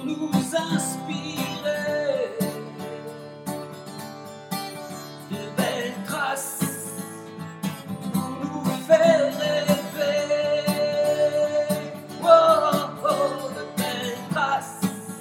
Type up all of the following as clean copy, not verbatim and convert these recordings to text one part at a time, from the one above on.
nous inspirer de belles traces pour nous faire rêver. Oh, oh, de belles traces.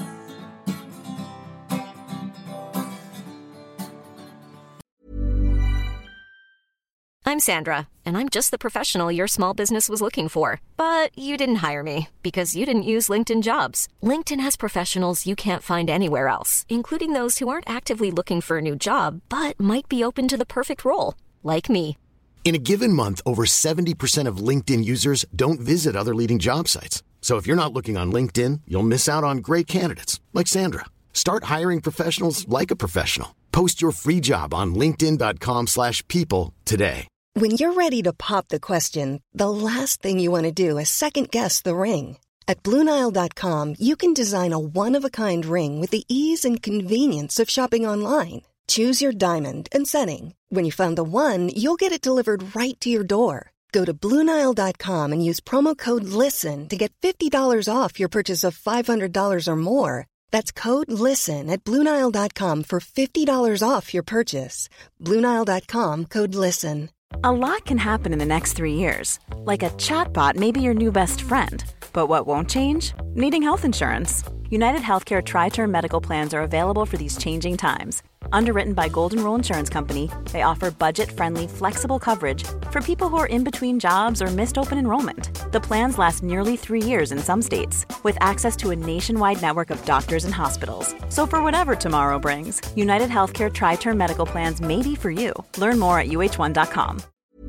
I'm Sandra, and I'm just the professional your small business was looking for. But you didn't hire me because you didn't use LinkedIn Jobs. LinkedIn has professionals you can't find anywhere else, including those who aren't actively looking for a new job, but might be open to the perfect role, like me. In a given month, over 70% of LinkedIn users don't visit other leading job sites. So if you're not looking on LinkedIn, you'll miss out on great candidates like Sandra. Start hiring professionals like a professional. Post your free job on linkedin.com/people today. When you're ready to pop the question, the last thing you want to do is second-guess the ring. At BlueNile.com, you can design a one-of-a-kind ring with the ease and convenience of shopping online. Choose your diamond and setting. When you find the one, you'll get it delivered right to your door. Go to BlueNile.com and use promo code LISTEN to get $50 off your purchase of $500 or more. That's code LISTEN at BlueNile.com for $50 off your purchase. BlueNile.com, code LISTEN. A lot can happen in the next 3 years. Like a chatbot may be your new best friend. But what won't change? Needing health insurance. United Healthcare Tri-Term Medical Plans are available for these changing times. Underwritten by Golden Rule Insurance Company, they offer budget-friendly, flexible coverage for people who are in between jobs or missed open enrollment. The plans last nearly 3 years in some states, with access to a nationwide network of doctors and hospitals. So for whatever tomorrow brings, United Healthcare Tri-Term Medical Plans may be for you. Learn more at uh1.com.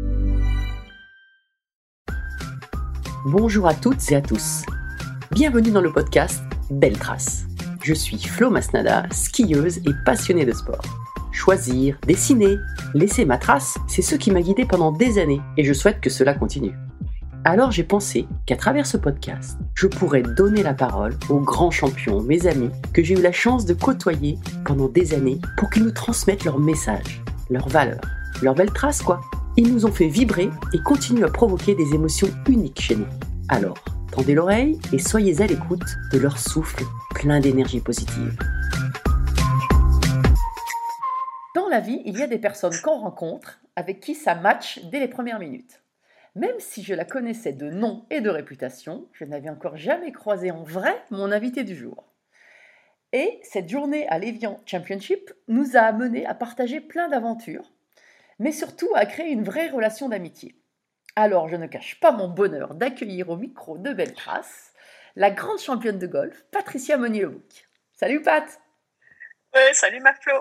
Bonjour à toutes et à tous. Bienvenue dans le podcast Belles Traces. Je suis Flo Masnada, skieuse et passionnée de sport. Choisir, dessiner, laisser ma trace, c'est ce qui m'a guidée pendant des années et je souhaite que cela continue. Alors j'ai pensé qu'à travers ce podcast, je pourrais donner la parole aux grands champions, mes amis, que j'ai eu la chance de côtoyer pendant des années pour qu'ils nous transmettent leurs messages, leurs valeurs, leurs belles traces quoi. Ils nous ont fait vibrer et continuent à provoquer des émotions uniques chez nous. Alors, tendez l'oreille et soyez à l'écoute de leur souffle plein d'énergie positive. Dans la vie, il y a des personnes qu'on rencontre avec qui ça match dès les premières minutes. Même si je la connaissais de nom et de réputation, je n'avais encore jamais croisé en vrai mon invité du jour. Et cette journée à l'Evian Championship nous a amenés à partager plein d'aventures, mais surtout à créer une vraie relation d'amitié. Alors, je ne cache pas mon bonheur d'accueillir au micro de Belles Traces la grande championne de golf, Patricia Monnier-Lebouc. Salut Pat. Ouais, salut ma Flo.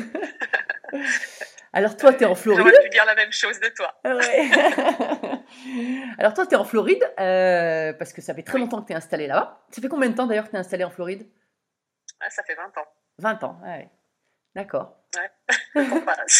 Alors toi, tu es en Floride. J'aurais pu dire la même chose de toi. Ouais. Alors toi, tu es en Floride, parce que ça fait très longtemps que tu es installée là-bas. Ça fait combien de temps d'ailleurs que tu es installée en Floride ? Ah, ça fait 20 ans. 20 ans, ouais. D'accord. Ouais, on passe.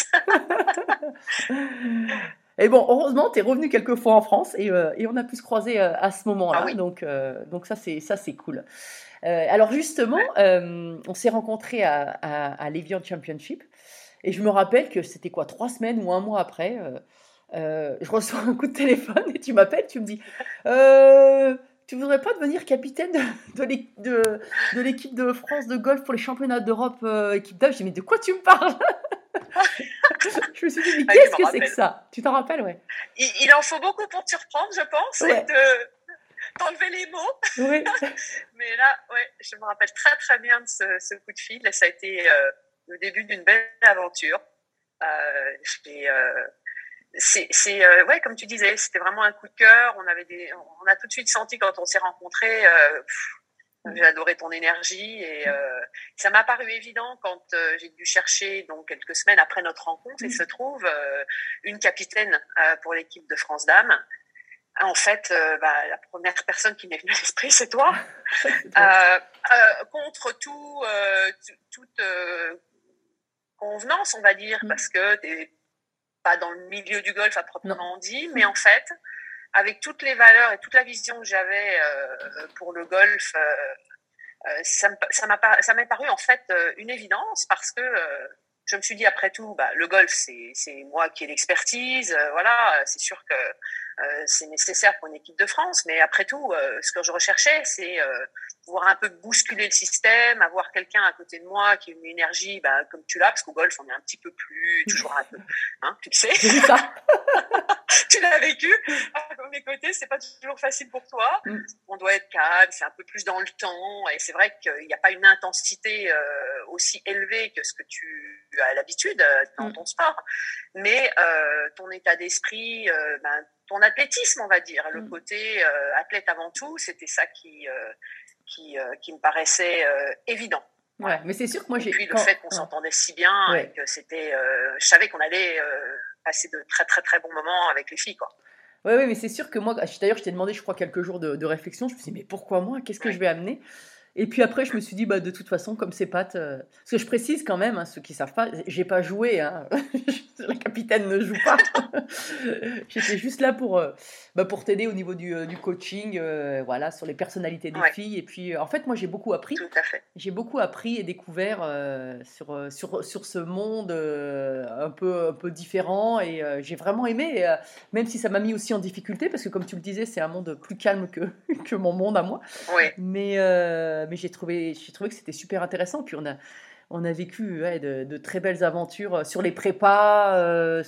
Et bon, heureusement, tu es revenu quelques fois en France et on a pu se croiser à ce moment-là. Ah oui. Donc ça, c'est cool. Alors justement, on s'est rencontrés à l'Evian Championship et je me rappelle que c'était 3 semaines ou un mois après, je reçois un coup de téléphone et tu m'appelles, tu me dis tu voudrais pas devenir capitaine de l'équipe de France de golf pour les championnats d'Europe équipe d'âge. Je dis mais de quoi tu me parles? Je me suis dit, mais qu'est-ce que c'est que ça? Tu t'en rappelles, ouais. Il en faut beaucoup pour te surprendre, je pense, ouais. Et d'enlever les mots. Oui. Mais là, ouais, je me rappelle très très bien de ce coup de fil. Et ça a été le début d'une belle aventure. Ouais, comme tu disais, c'était vraiment un coup de cœur. On a tout de suite senti quand on s'est rencontrés. J'ai adoré ton énergie et ça m'a paru évident quand j'ai dû chercher donc quelques semaines après notre rencontre. Il se trouve une capitaine pour l'équipe de France Dames. En fait, la première personne qui m'est venue à l'esprit, c'est toi. Contre toute convenance, on va dire, parce que t'es pas dans le milieu du golf à proprement dit, mais en fait, avec toutes les valeurs et toute la vision que j'avais pour le golf, ça m'est paru en fait une évidence parce que je me suis dit, après tout, le golf, c'est moi qui ai l'expertise. Voilà, c'est sûr que c'est nécessaire pour une équipe de France. Mais après tout, ce que je recherchais, c'est pouvoir un peu bousculer le système, avoir quelqu'un à côté de moi qui a une énergie comme tu l'as, parce qu'au golf, on est un petit peu plus, toujours un peu, hein, tu le sais. C'est ça. Tu l'as vécu. À mes côtés, c'est pas toujours facile pour toi. On doit être calme, c'est un peu plus dans le temps. Et c'est vrai qu'il n'y a pas une intensité aussi élevée que ce que tu as l'habitude dans ton sport. Mais ton état d'esprit, ton athlétisme, on va dire, le côté athlète avant tout, c'était ça qui me paraissait évident. Ouais, mais c'est sûr que moi j'ai. Et puis le fait qu'on s'entendait si bien et que c'était, je savais qu'on allait passer de très très très bons moments avec les filles, quoi. Oui, mais c'est sûr que moi, d'ailleurs, je t'ai demandé, je crois, quelques jours de réflexion. Je me suis dit, mais pourquoi moi? Qu'est-ce que je vais amener? Et puis après, je me suis dit, de toute façon, comme c'est Pat, parce que je précise quand même, ceux qui ne savent pas, j'ai pas joué, hein. La capitaine ne joue pas. J'étais juste là pour t'aider au niveau du coaching, voilà, sur les personnalités des filles. Et puis, en fait, moi, j'ai beaucoup appris. Tout à fait. J'ai beaucoup appris et découvert sur ce monde un peu différent. Et j'ai vraiment aimé, même si ça m'a mis aussi en difficulté, parce que comme tu le disais, c'est un monde plus calme que mon monde à moi. Oui. Mais j'ai trouvé que c'était super intéressant. Puis on a vécu de très belles aventures sur les prépas,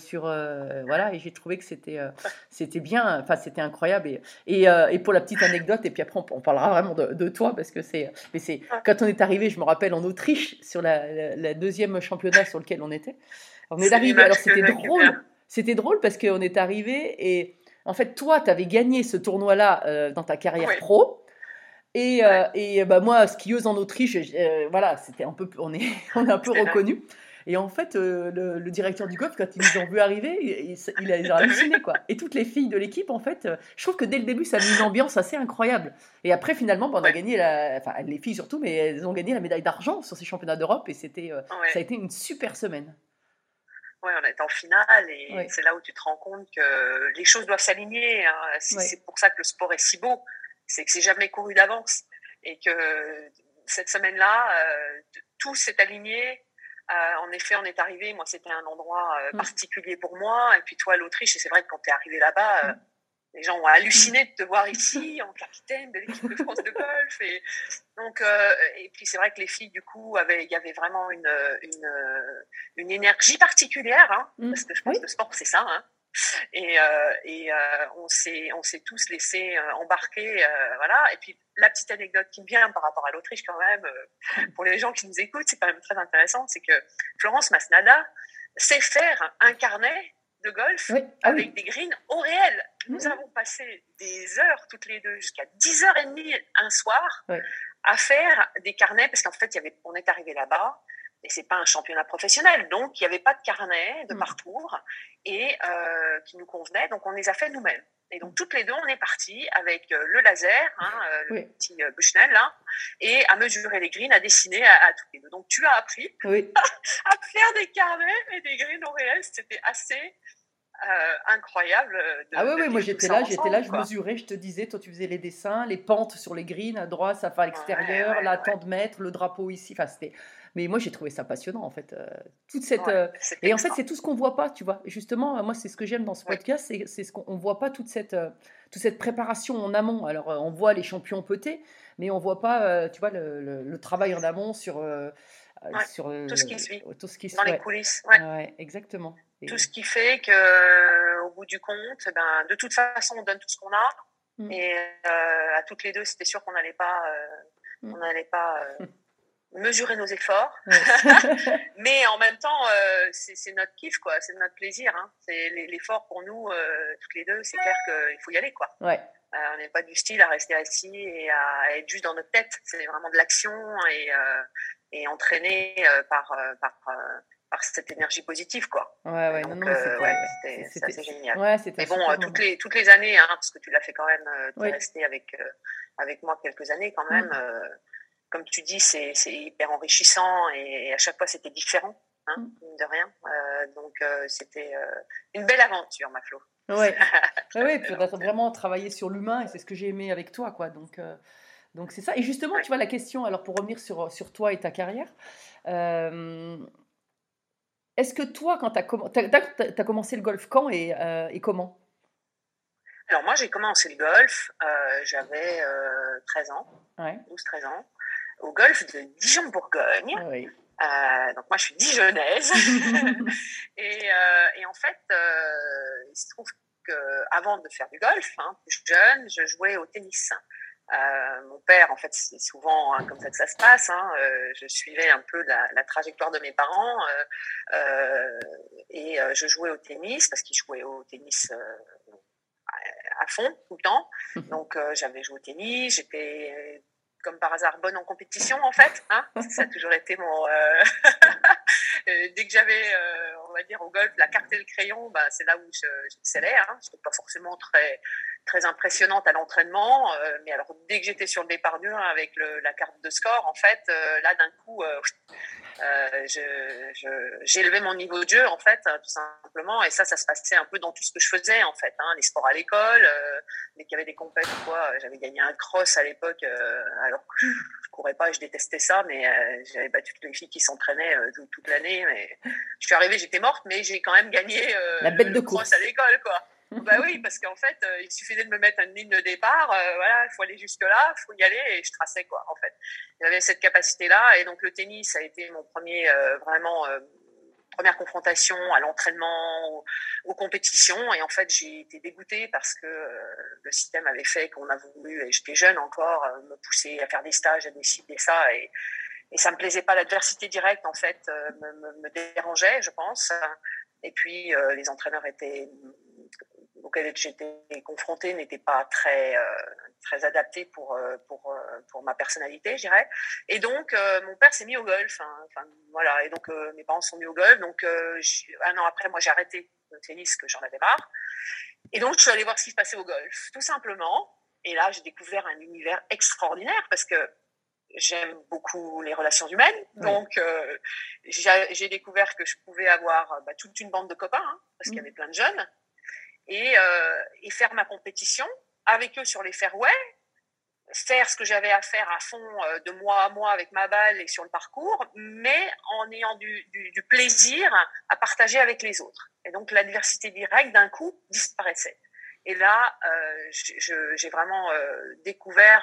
voilà, et j'ai trouvé que c'était bien, enfin c'était incroyable. Et pour la petite anecdote, et puis après on parlera vraiment de toi, parce que c'est quand on est arrivé, je me rappelle, en Autriche, sur la deuxième championnat sur lequel on était. On est arrivé, alors c'était drôle parce qu'on est arrivé et en fait toi tu avais gagné ce tournoi-là dans ta carrière pro. Et moi, skieuse en Autriche, voilà, c'était on est un peu reconnus. Et en fait, le directeur du golf, quand ils nous ont vu arriver, il a halluciné, quoi. Et toutes les filles de l'équipe, en fait, je trouve que dès le début, ça a mis une ambiance assez incroyable. Et après, finalement, on a gagné les filles surtout, mais elles ont gagné la médaille d'argent sur ces championnats d'Europe, et ça a été une super semaine. Oui, on est en finale et c'est là où tu te rends compte que les choses doivent s'aligner. Hein. C'est pour ça que le sport est si beau. C'est que c'est jamais couru d'avance et que cette semaine-là, tout s'est aligné. En effet, on est arrivé. Moi, c'était un endroit particulier pour moi. Et puis toi, l'Autriche, et c'est vrai que quand tu es arrivé là-bas, les gens ont halluciné de te voir ici en capitaine de l'équipe de France de golf. Et donc, et puis c'est vrai que les filles, du coup, il y avait vraiment une énergie particulière, hein, parce que je pense que le sport, c'est ça. Hein. Et on s'est tous laissés embarquer, voilà. Et puis la petite anecdote qui me vient par rapport à l'Autriche quand même, pour les gens qui nous écoutent, c'est quand même très intéressant, c'est que Florence Masnada sait faire un carnet de golf avec des greens au réel. Nous avons passé des heures toutes les deux, jusqu'à 10h30 un soir, à faire des carnets, parce qu'en fait on est arrivé là-bas. Et c'est pas un championnat professionnel, donc il n'y avait pas de carnet de parcours et qui nous convenait, donc on les a fait nous-mêmes. Et donc toutes les deux, on est partis avec le laser, le petit Bushnell là, et à mesurer les greens, à dessiner à toutes les deux. Donc tu as appris à faire des carnets et des greens au réel, c'était assez incroyable. Moi j'étais là, je mesurais, je te disais, toi tu faisais les dessins, les pentes sur les greens, à droite, ça fait à l'extérieur, là tant de mètres, le drapeau ici, enfin c'était. Mais moi j'ai trouvé ça passionnant en fait, toute cette et en fait c'est tout ce qu'on voit pas, tu vois. Et justement, moi c'est ce que j'aime dans ce podcast, c'est ce qu'on voit pas, toute cette préparation en amont. Alors on voit les champions peut-être, mais on voit pas, tu vois, le travail en amont sur tout ce qui suit dans les coulisses. Exactement. Tout ce qui fait que au bout du compte, de toute façon on donne tout ce qu'on a et à toutes les deux c'était sûr qu'on n'allait pas mesurer nos efforts, mais en même temps c'est notre kiff, quoi, c'est notre plaisir, hein. C'est l'effort pour nous toutes les deux, c'est clair qu'il faut y aller, quoi. On n'est pas du style à rester assis et à être juste dans notre tête, c'est vraiment de l'action et entraîné par cette énergie positive, quoi. Donc, c'était assez génial. Mais bon, toutes les années, hein, parce que tu l'as fait quand même, tu es resté avec moi quelques années quand même. Comme tu dis, c'est hyper enrichissant et à chaque fois c'était différent, hein, mine de rien. Donc c'était une belle aventure, ma Flo. Oui, puis on a vraiment travaillé sur l'humain et c'est ce que j'ai aimé avec toi, quoi. Donc c'est ça. Et justement, tu vois la question. Alors pour revenir sur toi et ta carrière. Est-ce que toi, quand tu as commencé le golf quand et comment? Alors moi, j'ai commencé le golf, j'avais 13 ans, Ouais. 12-13 ans, au golf de Dijon-Bourgogne. Oui. Donc moi, je suis dijonnaise. Et en fait, il se trouve qu'avant de faire du golf, plus jeune, je jouais au tennis. Mon père, en fait, c'est souvent comme ça que ça se passe. Je suivais un peu la trajectoire de mes parents et je jouais au tennis parce qu'ils jouaient au tennis à fond tout le temps. Donc j'avais joué au tennis, j'étais comme par hasard bonne en compétition en fait, parce que ça a toujours été mon dès que j'avais on va dire au golf la carte et le crayon, c'est là où j'excellais. Je n'étais pas forcément très impressionnante à l'entraînement, mais alors dès que j'étais sur le départ dur avec la carte de score, en fait, là d'un coup, j'ai élevé mon niveau de jeu en fait, tout simplement, et ça se passait un peu dans tout ce que je faisais en fait, les sports à l'école, dès qu'il y avait des compétitions, j'avais gagné un cross à l'époque, alors que je courais pas et je détestais ça, mais j'avais battu toutes les filles qui s'entraînaient toute l'année, mais je suis arrivée, j'étais morte, mais j'ai quand même gagné la bête de cross à l'école, quoi. Bah oui, parce qu'en fait, il suffisait de me mettre une ligne de départ, voilà, il faut aller jusque-là, il faut y aller, et je traçais, quoi, en fait. J'avais cette capacité-là, et donc le tennis a été mon premier, première confrontation à l'entraînement, aux compétitions, et en fait, j'ai été dégoûtée parce que le système avait fait qu'on a voulu, et j'étais jeune encore, me pousser à faire des stages, à décider ça, et ça me plaisait pas. L'adversité directe, en fait, me dérangeait, je pense. Et puis, les entraîneurs auxquels j'étais confrontée n'étaient pas très adaptés pour ma personnalité, je dirais. Et donc, mon père s'est mis au golf. Voilà. Et donc, mes parents sont mis au golf. Donc, un an après, moi, j'ai arrêté le tennis, que j'en avais marre. Et donc, je suis allée voir ce qui se passait au golf, tout simplement. Et là, j'ai découvert un univers extraordinaire parce que j'aime beaucoup les relations humaines. Donc, j'ai découvert que je pouvais avoir toute une bande de copains, parce qu'il y avait plein de jeunes, et faire ma compétition avec eux sur les fairways, faire ce que j'avais à faire à fond de mois à mois avec ma balle et sur le parcours, mais en ayant du plaisir à partager avec les autres. Et donc, l'adversité directe, d'un coup, disparaissait. Et là, j'ai vraiment découvert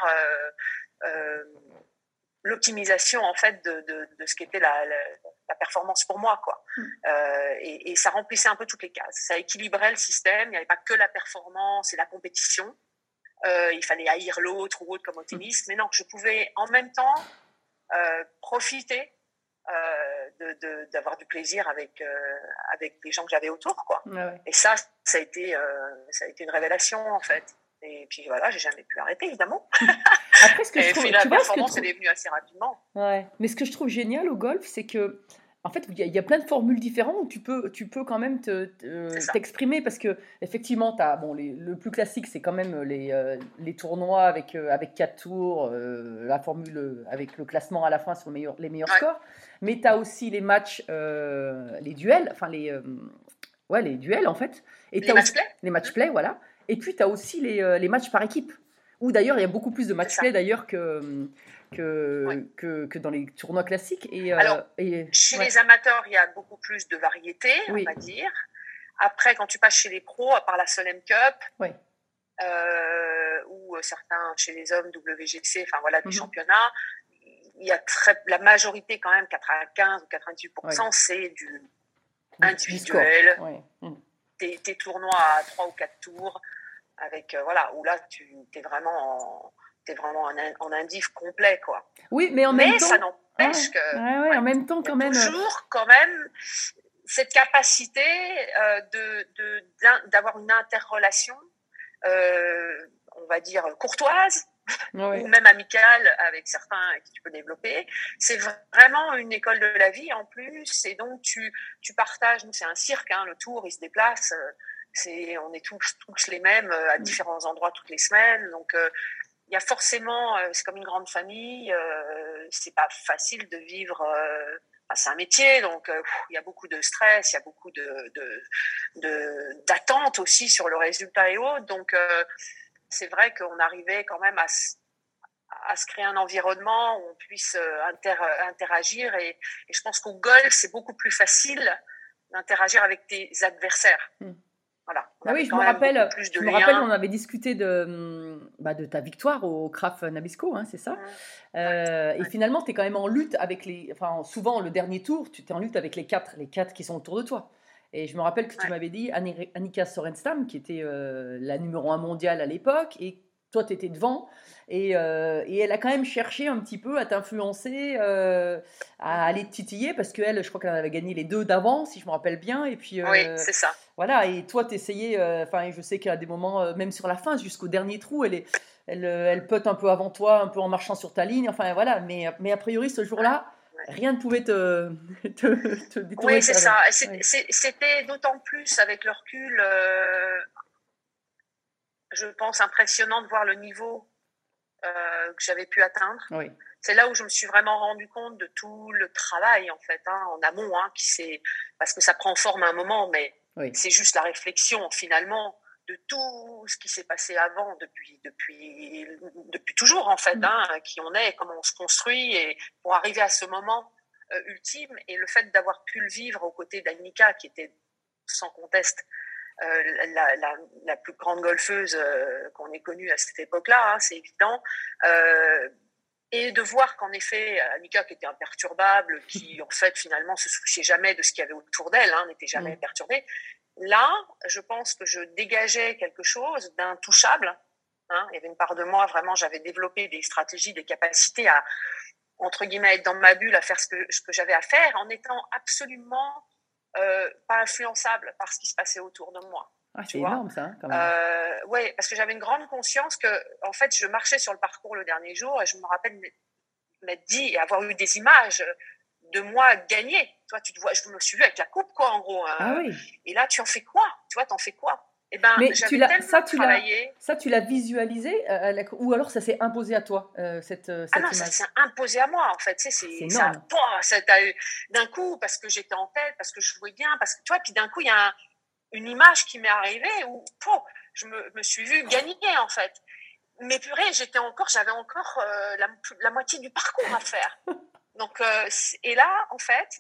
l'optimisation en fait de ce qu'était la performance pour moi, quoi. Et ça remplissait un peu toutes les cases. Ça équilibrait le système. Il n'y avait pas que la performance et la compétition. Il fallait haïr l'autre ou autre comme au tennis. Mais non, je pouvais en même temps profiter d'avoir du plaisir avec les gens que j'avais autour, quoi. Et ça a été une révélation en fait. Et puis voilà, j'ai jamais pu arrêter, évidemment. Après, ce que je trouve, puis la performance, elle est venue assez rapidement. Ouais. Mais ce que je trouve génial au golf, c'est que, en fait, il y a plein de formules différentes où tu peux quand même t'exprimer, parce que effectivement, le plus classique, c'est quand même les tournois avec 4 tours, la formule avec le classement à la fin sur les meilleurs scores. Mais tu as aussi les matchs, les duels, enfin les duels en fait. Et les match-play. Les match-play, voilà. Et puis, tu as aussi les matchs par équipe, où d'ailleurs, il y a beaucoup plus de match-play d'ailleurs que dans les tournois classiques. Alors, chez les amateurs, il y a beaucoup plus de variété, on va dire. Après, quand tu passes chez les pros, à part la Solheim Cup, ou certains chez les hommes, WGC, enfin voilà, des championnats, il y a la majorité quand même, 95 ou 98%, c'est du individuel. Tes tournois à 3 ou 4 tours, avec où là t'es vraiment en indiv complet, quoi. Oui, mais en même temps, ça n'empêche que en même temps quand même toujours quand même cette capacité d'avoir une interrelation, on va dire courtoise, ou même amicale avec certains qui tu peux développer. C'est vraiment une école de la vie en plus, et donc tu partages. Nous, c'est un cirque, le tour, il se déplace. On est tous les mêmes à différents endroits toutes les semaines. Donc, il y a forcément, c'est comme une grande famille. C'est pas facile de vivre. C'est un métier, donc il y a beaucoup de stress, il y a beaucoup d'attentes aussi sur le résultat et autres. Donc, c'est vrai qu'on arrivait quand même à se créer un environnement où on puisse interagir. Et je pense qu'au golf, c'est beaucoup plus facile d'interagir avec tes adversaires. Voilà. Ah oui, je me rappelle, on avait discuté de ta victoire au Craft Nabisco, hein, c'est ça. Et finalement, tu es quand même en lutte avec souvent le dernier tour, tu es en lutte avec les quatre qui sont autour de toi. Et je me rappelle que tu m'avais dit Annika Sorenstam, qui était la numéro 1 mondiale à l'époque, et toi, tu étais devant, et elle a quand même cherché un petit peu à t'influencer, à aller te titiller, parce qu'elle, je crois qu'elle avait gagné les 2 d'avant, si je me rappelle bien, et puis... oui, c'est ça. Voilà, et toi, t'essayais, je sais qu'à des moments, même sur la fin, jusqu'au dernier trou, elle pote un peu avant toi, un peu en marchant sur ta ligne, enfin voilà, mais a priori, ce jour-là, rien ne pouvait te détourner. Oui, c'est ça. C'était d'autant plus, avec le recul, je pense, impressionnant de voir le niveau que j'avais pu atteindre. Oui. C'est là où je me suis vraiment rendu compte de tout le travail, en fait, en amont, parce que ça prend forme à un moment, mais c'est juste la réflexion, finalement, de tout ce qui s'est passé avant, depuis toujours, en fait, qui on est, comment on se construit, et pour arriver à ce moment ultime, et le fait d'avoir pu le vivre aux côtés d'Annika, qui était sans conteste la plus grande golfeuse qu'on ait connue à cette époque-là, c'est évident, et de voir qu'en effet, Annika, qui était imperturbable, qui en fait finalement se souciait jamais de ce qu'il y avait autour d'elle, n'était jamais perturbée, là, je pense que je dégageais quelque chose d'intouchable. Il y avait une part de moi, vraiment, j'avais développé des stratégies, des capacités à, entre guillemets, être dans ma bulle, à faire ce que j'avais à faire, en étant absolument pas influençable par ce qui se passait autour de moi. C'est énorme, ça, quand même. Oui, parce que j'avais une grande conscience que, en fait, je marchais sur le parcours le dernier jour, et je me rappelle m'être dit et avoir eu des images de moi gagner. Toi, tu te vois, je me suis vue avec la coupe, quoi, en gros. Et là, tu en fais quoi? Tu vois, t'en fais quoi? Mais tu l'as visualisé, ou alors ça s'est imposé à toi, cette non, image? ça s'est imposé à moi, en fait. C'est énorme. D'un coup, parce que j'étais en tête, parce que je jouais bien, parce que, tu vois, puis d'un coup, il y a une image qui m'est arrivée où je me suis vue gagner, en fait. Mais purée, j'avais encore la moitié du parcours à faire. Donc, et là, en fait,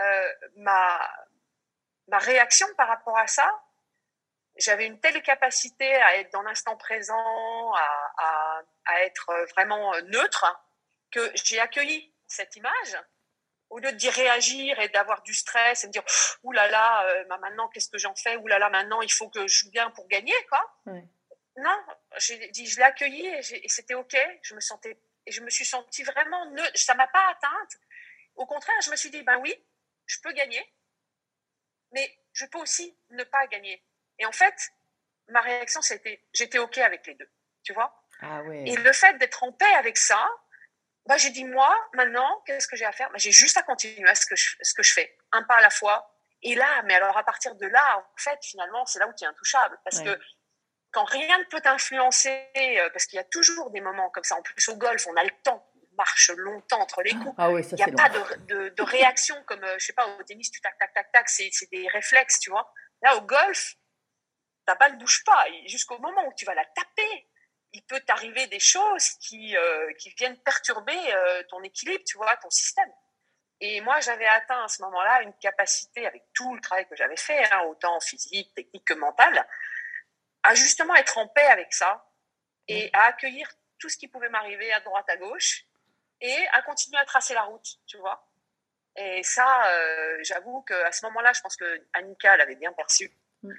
ma réaction par rapport à ça, j'avais une telle capacité à être dans l'instant présent, à être vraiment neutre, que j'ai accueilli cette image. Au lieu d'y réagir et d'avoir du stress et me dire « Ouh là là, maintenant, qu'est-ce que j'en fais? Ouh là là, maintenant, il faut que je joue bien pour gagner, quoi. » Non, je l'ai accueilli et c'était OK. Je me suis sentie vraiment neutre. Ça ne m'a pas atteinte. Au contraire, je me suis dit « Ben oui, je peux gagner, mais je peux aussi ne pas gagner. » Et en fait, ma réaction, j'étais OK avec les deux, tu vois. Et le fait d'être en paix avec ça, j'ai dit, moi, maintenant, qu'est-ce que j'ai à faire? J'ai juste à continuer à ce que je fais, un pas à la fois. Et là, mais alors à partir de là, en fait, finalement, c'est là où tu es intouchable. Parce que quand rien ne peut t'influencer, parce qu'il y a toujours des moments comme ça, en plus au golf, on a le temps, on marche longtemps entre les coups. Il n'y a pas de réaction comme, je sais pas, au tennis, tu tac, tac, tac, tac, c'est des réflexes, tu vois. Là, au golf, ta balle ne bouge pas. Et jusqu'au moment où tu vas la taper, il peut t'arriver des choses qui viennent perturber ton équilibre, tu vois, ton système. Et moi, j'avais atteint à ce moment-là une capacité, avec tout le travail que j'avais fait, autant physique, technique que mental, à justement être en paix avec ça et à accueillir tout ce qui pouvait m'arriver à droite, à gauche, et à continuer à tracer la route, tu vois. Et ça, j'avoue qu'à ce moment-là, je pense que Annika l'avait bien perçu.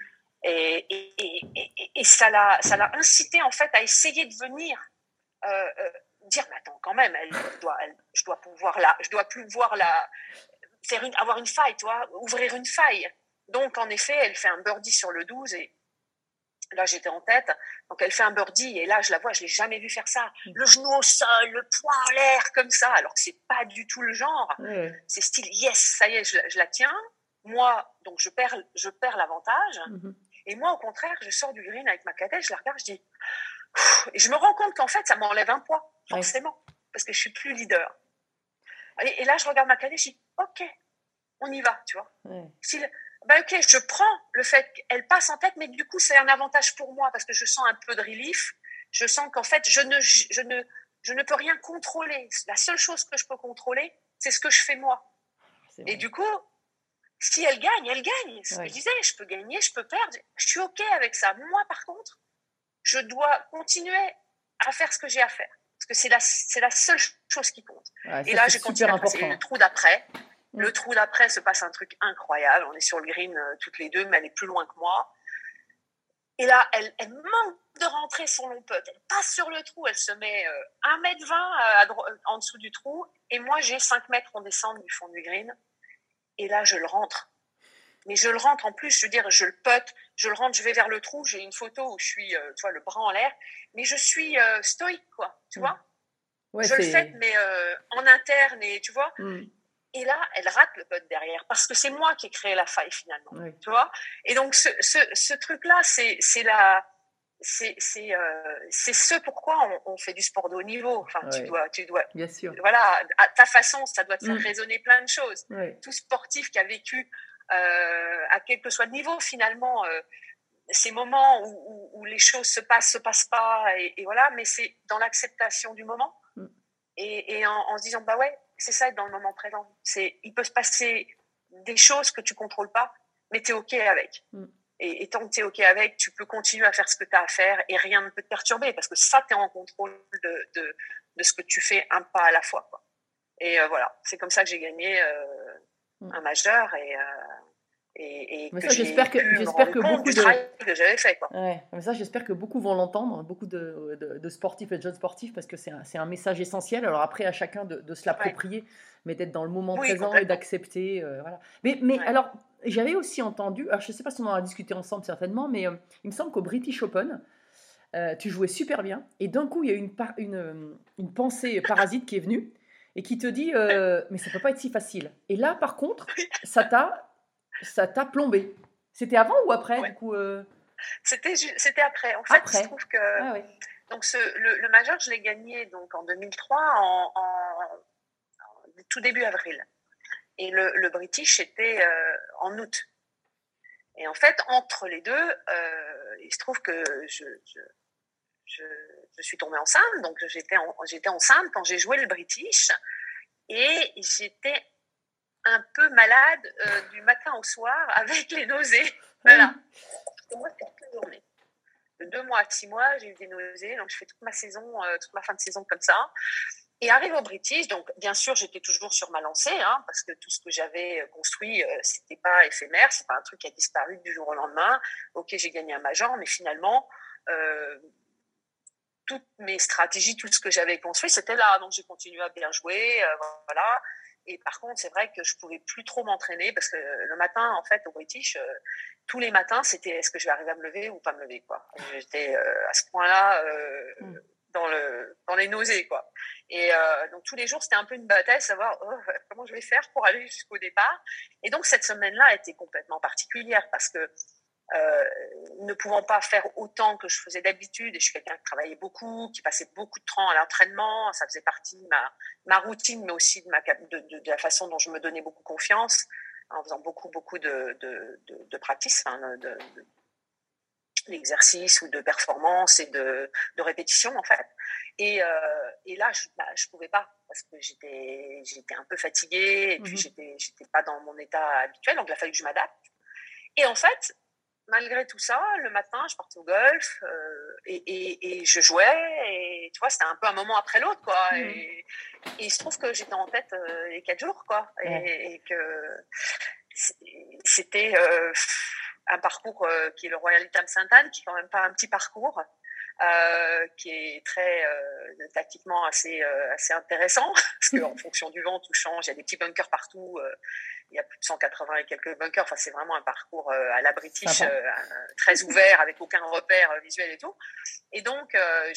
Et ça l'a incité en fait à essayer de venir dire mais attends quand même je dois pouvoir avoir une faille, tu vois, ouvrir une faille. Donc en effet elle fait un birdie sur le 12 et là j'étais en tête, donc elle fait un birdie et là je la vois, je l'ai jamais vu faire ça, le genou au sol, le poing en l'air comme ça, alors que c'est pas du tout le genre. C'est style yes, ça y est, je la tiens, moi donc je perds l'avantage. Et moi, au contraire, je sors du green avec ma cadette, je la regarde, je dis... Et je me rends compte qu'en fait, ça m'enlève un poids, forcément, parce que je suis plus leader. Et là, je regarde ma cadette, je dis, OK, on y va, tu vois. OK, je prends le fait qu'elle passe en tête, mais du coup, c'est un avantage pour moi, parce que je sens un peu de relief. Je sens qu'en fait, je ne peux rien contrôler. La seule chose que je peux contrôler, c'est ce que je fais moi. Et du coup... Si elle gagne, elle gagne. Ce que Ouais. je disais, je peux gagner, je peux perdre. Je suis OK avec ça. Moi, par contre, je dois continuer à faire ce que j'ai à faire. Parce que c'est la seule chose qui compte. Ouais, Et ça, là, c'est j'ai continué super à passer important. le trou d'après. Mm. Le trou d'après se passe un truc incroyable. On est sur le green toutes les deux, mais elle est plus loin que moi. Et là, elle manque de rentrer son long putt. Elle passe sur le trou, elle se met 1,20 m en dessous du trou. Et moi, j'ai 5 mètres en descente du fond du green. Et là, je le rentre. Mais je le rentre en plus, je veux dire, je le putt, je le rentre, je vais vers le trou. J'ai une photo où je suis, tu vois, le bras en l'air. Mais je suis stoïque, quoi, tu vois. Ouais, Je le fais, mais en interne, et tu vois. Mm. Et là, elle rate le putt derrière parce que c'est moi qui ai créé la faille finalement, Oui. tu vois. Et donc ce truc-là, c'est ce pourquoi on fait du sport de haut niveau. Enfin, Ouais. tu dois, Bien sûr. voilà, à ta façon, ça doit te faire résonner plein de choses. Ouais. Tout sportif qui a vécu à quel que soit le niveau finalement. Ces moments où les choses se passent pas, et voilà, mais c'est dans l'acceptation du moment et en se disant, bah ouais, c'est ça être dans le moment présent. Il peut se passer des choses que tu contrôles pas, mais tu es OK avec. Et tant que tu es OK avec, tu peux continuer à faire ce que tu as à faire et rien ne peut te perturber parce que ça, tu es en contrôle de ce que tu fais un pas à la fois, quoi. Et voilà, c'est comme ça que j'ai gagné un majeur et Mais que ça, j'ai j'espère pu me que rendre compte beaucoup du de... travail que j'avais fait, quoi. Ouais, mais ça, j'espère que beaucoup vont l'entendre, beaucoup de sportifs et de jeunes sportifs, parce que c'est un message essentiel. Alors après, à chacun de se l'approprier, mais d'être dans le moment Oui, présent et complètement. d'accepter. Voilà. Mais Ouais. alors, j'avais aussi entendu, alors je ne sais pas si on en a discuté ensemble certainement, mais il me semble qu'au British Open, tu jouais super bien, et d'un coup, il y a eu une pensée parasite qui est venue, et qui te dit, mais ça ne peut pas être si facile. Et là, par contre, ça t'a plombé. C'était avant ou après, Ouais. du coup C'était après. En fait, Après. il se trouve que Ah ouais. donc le major, je l'ai gagné donc en 2003 en tout début avril. Et le British, c'était en août. Et en fait, entre les deux, il se trouve que je suis tombée enceinte. Donc, j'étais enceinte quand j'ai joué le British. Et j'étais un peu malade du matin au soir avec les nausées. Voilà. Et moi, c'était toute la journée. De 2 mois à 6 mois, j'ai eu des nausées. Donc, je fais toute ma saison, toute ma fin de saison comme ça. Et arrive au British, donc bien sûr, j'étais toujours sur ma lancée, hein, parce que tout ce que j'avais construit, c'était pas éphémère, c'est pas un truc qui a disparu du jour au lendemain. Ok, j'ai gagné un major, mais finalement, toutes mes stratégies, tout ce que j'avais construit, c'était là. Donc j'ai continué à bien jouer, voilà. Et par contre, c'est vrai que je pouvais plus trop m'entraîner parce que le matin, en fait, au British, tous les matins, c'était est-ce que je vais arriver à me lever ou pas me lever, quoi. J'étais à ce point-là dans les nausées, quoi. Et donc tous les jours, c'était un peu une bataille, savoir comment je vais faire pour aller jusqu'au départ. Et donc cette semaine-là a été complètement particulière parce que ne pouvant pas faire autant que je faisais d'habitude, et je suis quelqu'un qui travaillait beaucoup, qui passait beaucoup de temps à l'entraînement, ça faisait partie de ma routine, mais aussi de la façon dont je me donnais beaucoup confiance, en faisant beaucoup de practice, d'exercice ou de performance et de répétition, en fait. Et là, je pouvais pas parce que j'étais un peu fatiguée et puis j'étais pas dans mon état habituel, donc il a fallu que je m'adapte. Et en fait, malgré tout ça, le matin, je partais au golf et je jouais. Et tu vois, c'était un peu un moment après l'autre, quoi. Et il se trouve que j'étais en tête les 4 jours, quoi. Et que c'était un parcours qui est le Royal Itam Sainte-Anne, qui est quand même pas un petit parcours, qui est très tactiquement assez intéressant, parce qu'en fonction du vent, tout change. Il y a des petits bunkers partout. Il y a plus de 180 et quelques bunkers. Enfin, c'est vraiment un parcours à la British, très ouvert, avec aucun repère visuel et tout. Et donc,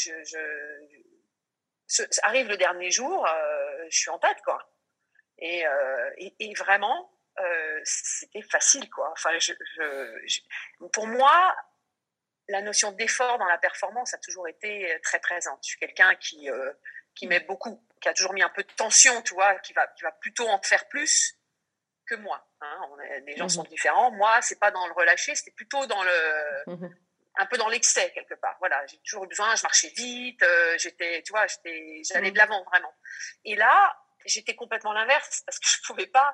arrive le dernier jour, je suis en tête, quoi. Et vraiment, c'était facile, quoi. Enfin, pour moi, la notion d'effort dans la performance a toujours été très présente. Je suis quelqu'un qui met beaucoup, qui a toujours mis un peu de tension, tu vois, qui va plutôt en faire plus que moi. Hein. Les gens sont différents. Moi, c'est pas dans le relâcher, c'était plutôt dans un peu dans l'excès quelque part. Voilà, j'ai toujours eu besoin, je marchais vite, j'allais de l'avant vraiment. Et là, j'étais complètement l'inverse parce que je pouvais pas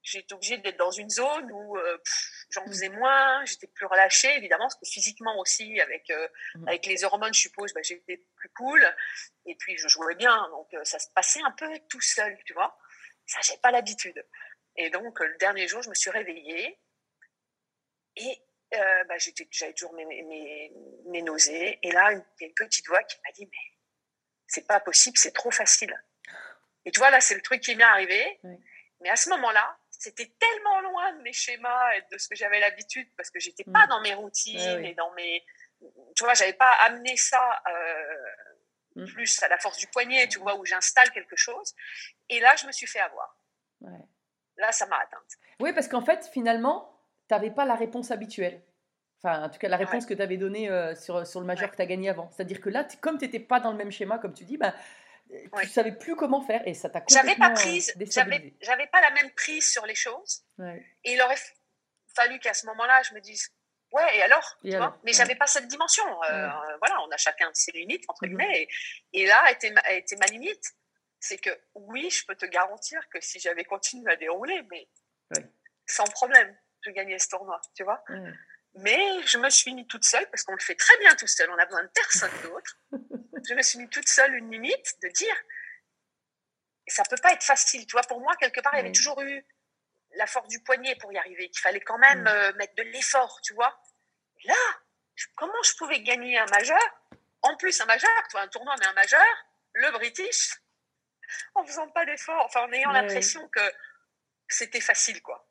j'ai été obligée d'être dans une zone où j'en faisais moins, j'étais plus relâchée, évidemment, parce que physiquement aussi, avec les hormones, je suppose, j'étais plus cool. Et puis, je jouais bien, donc ça se passait un peu tout seul, tu vois. Ça, j'avais pas l'habitude. Et donc, le dernier jour, je me suis réveillée et j'avais toujours mes nausées. Et là, il y a une petite voix qui m'a dit, mais c'est pas possible, c'est trop facile. Et tu vois, là, c'est le truc qui m'est arrivé. Oui. Mais à ce moment-là, c'était tellement loin de mes schémas et de ce que j'avais l'habitude, parce que j'étais pas dans mes routines et dans mes... Tu vois, j'avais pas amené ça plus à la force du poignet, tu vois, où j'installe quelque chose. Et là, je me suis fait avoir. Ouais. Là, ça m'a atteinte. Oui, parce qu'en fait, finalement, tu n'avais pas la réponse habituelle. Enfin, en tout cas, la réponse que tu avais donnée sur le majeur que tu as gagné avant. C'est-à-dire que là, comme tu n'étais pas dans le même schéma, comme tu dis, tu ne savais plus comment faire et ça t'a complètement déstabilisé. J'avais pas la même prise sur les choses. Ouais. Et il aurait fallu qu'à ce moment-là, je me dise, ouais, et alors, tu vois. Mais j'avais pas cette dimension. Voilà, on a chacun ses limites, entre guillemets. Et là, était ma limite. C'est que, oui, je peux te garantir que si j'avais continué à dérouler, mais sans problème, je gagnais ce tournoi, tu vois. Mais je me suis mis toute seule, parce qu'on le fait très bien tout seul, on a besoin de personne d'autre. Je me suis mis toute seule une limite de dire, ça peut pas être facile, tu vois. Pour moi, quelque part, il y avait toujours eu la force du poignet pour y arriver, qu'il fallait quand même mettre de l'effort, tu vois. Et là, comment je pouvais gagner un majeur, en plus un majeur, tu vois, un tournoi, mais un majeur, le British, en faisant pas d'effort, enfin en ayant l'impression que c'était facile, quoi.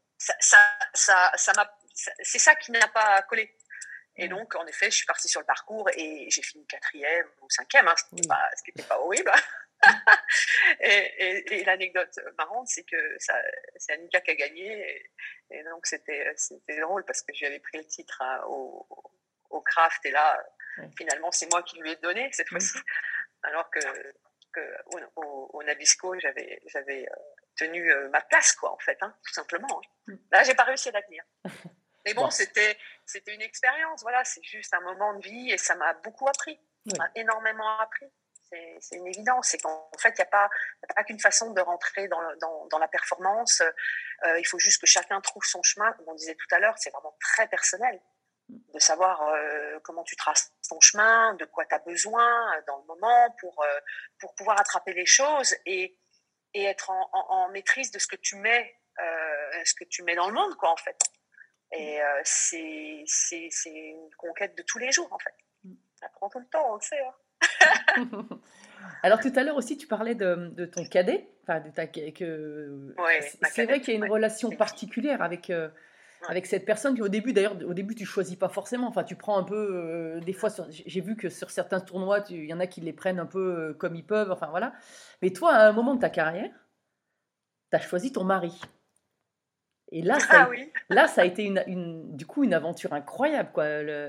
C'est ça qui n'a pas collé. Et donc, en effet, je suis partie sur le parcours et j'ai fini 4e ou 5e, ce qui n'était pas horrible. et l'anecdote marrante, c'est que c'est Annika qui a gagné. Et donc, c'était drôle parce que j'avais pris le titre au craft. Et là, finalement, c'est moi qui lui ai donné cette fois-ci. Alors que au Nabisco, j'avais tenu ma place, quoi, en fait, tout simplement. Là, j'ai pas réussi à la tenir. Mais bon, c'était une expérience, voilà, c'est juste un moment de vie et ça m'a beaucoup appris, ça m'a énormément appris. C'est une évidence, c'est qu'en fait, il n'y a pas qu'une façon de rentrer dans la performance, il faut juste que chacun trouve son chemin, comme on disait tout à l'heure, c'est vraiment très personnel, de savoir comment tu traces ton chemin, de quoi tu as besoin dans le moment pour pouvoir attraper les choses et être en maîtrise de ce que tu mets dans le monde, quoi, en fait. Et c'est une conquête de tous les jours, en fait. Ça prend tout le temps, on le sait. Alors, tout à l'heure aussi, tu parlais de ton cadet. Enfin, c'est vrai qu'il y a une relation particulière avec cette personne qui, au début, tu choisis pas forcément. Enfin, tu prends un peu... des fois, j'ai vu que sur certains tournois, il y en a qui les prennent un peu comme ils peuvent. Enfin, voilà. Mais toi, à un moment de ta carrière, tu as choisi ton mari. Et là, ça a été du coup une aventure incroyable, quoi.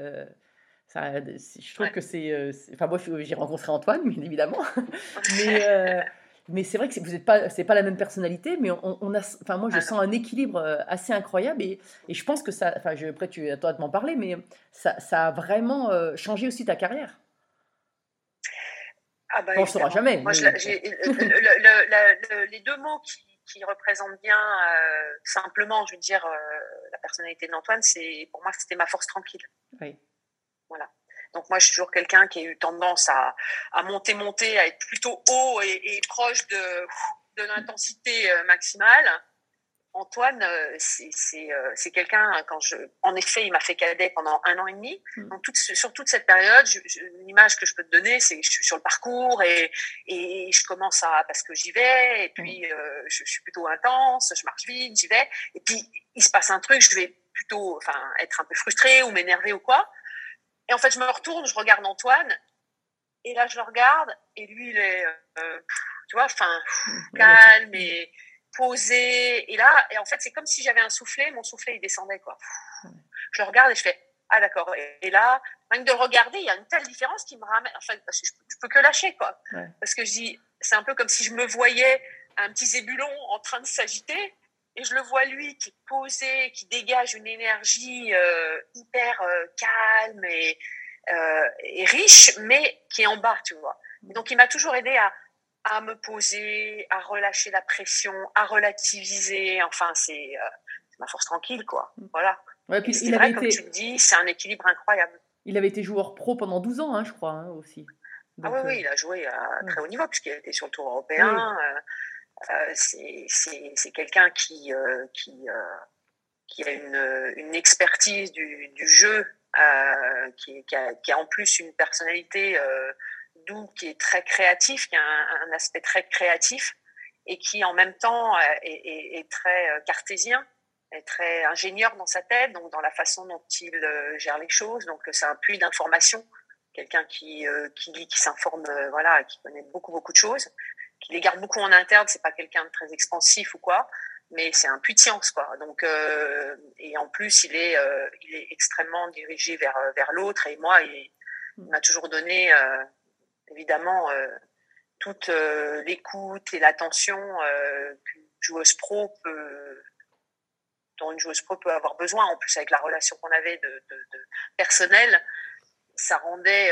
Je trouve que c'est enfin, moi, j'ai rencontré Antoine, bien évidemment, mais c'est vrai que c'est pas la même personnalité, mais enfin, moi, je sens un équilibre assez incroyable et je pense que ça, enfin, après, à toi de m'en parler, mais ça a vraiment changé aussi ta carrière. On ne saura jamais. Moi, les deux mots qui représente bien simplement, je veux dire, la personnalité d'Antoine, pour moi, c'était ma force tranquille. Oui. Voilà. Donc moi, je suis toujours quelqu'un qui a eu tendance à monter, à être plutôt haut et proche de l'intensité maximale. Antoine, c'est quelqu'un, en effet, il m'a fait cadet pendant 1 an et demi. Donc sur toute cette période, l'image que je peux te donner, c'est que je suis sur le parcours et je commence parce que j'y vais, et puis je suis plutôt intense, je marche vite, j'y vais, et puis il se passe un truc, je vais plutôt, être un peu frustrée ou m'énerver ou quoi. Et en fait, je me retourne, je regarde Antoine, et là, je le regarde, et lui, il est, tu vois, calme et posé, et en fait c'est comme si j'avais un soufflet, mon soufflet il descendait, quoi. Je le regarde et je fais d'accord, et là même de le regarder, il y a une telle différence qui me ramène, enfin parce que je peux que lâcher, quoi, parce que je dis, c'est un peu comme si je me voyais un petit zébulon en train de s'agiter et je le vois lui qui est posé, qui dégage une énergie hyper calme et riche, mais qui est en bas, tu vois. Donc il m'a toujours aidé à à me poser, à relâcher la pression, à relativiser. Enfin, c'est ma force tranquille, quoi. Voilà. Ouais, Et puis c'est vrai, comme tu le dis, c'est un équilibre incroyable. il avait été joueur pro pendant 12 ans, hein, je crois, hein, aussi. Ah Donc, oui, il a joué à très haut niveau, puisqu'il a été sur le Tour oui. européen. C'est quelqu'un qui a une expertise du jeu, qui a en plus une personnalité d'où qui est très créatif, qui a un aspect très créatif et qui en même temps est très cartésien, est très ingénieur dans sa tête, donc dans la façon dont il gère les choses. Donc c'est un puits d'information, quelqu'un qui lit, qui s'informe, voilà, qui connaît beaucoup de choses, qui les garde beaucoup en interne. C'est pas quelqu'un de très expansif ou quoi, mais c'est un puits de science, quoi. Donc et en plus il est extrêmement dirigé vers l'autre. Et moi, il m'a toujours donné évidemment toute l'écoute et l'attention dont une joueuse pro peut avoir besoin. En plus, avec la relation qu'on avait de personnelle, ça rendait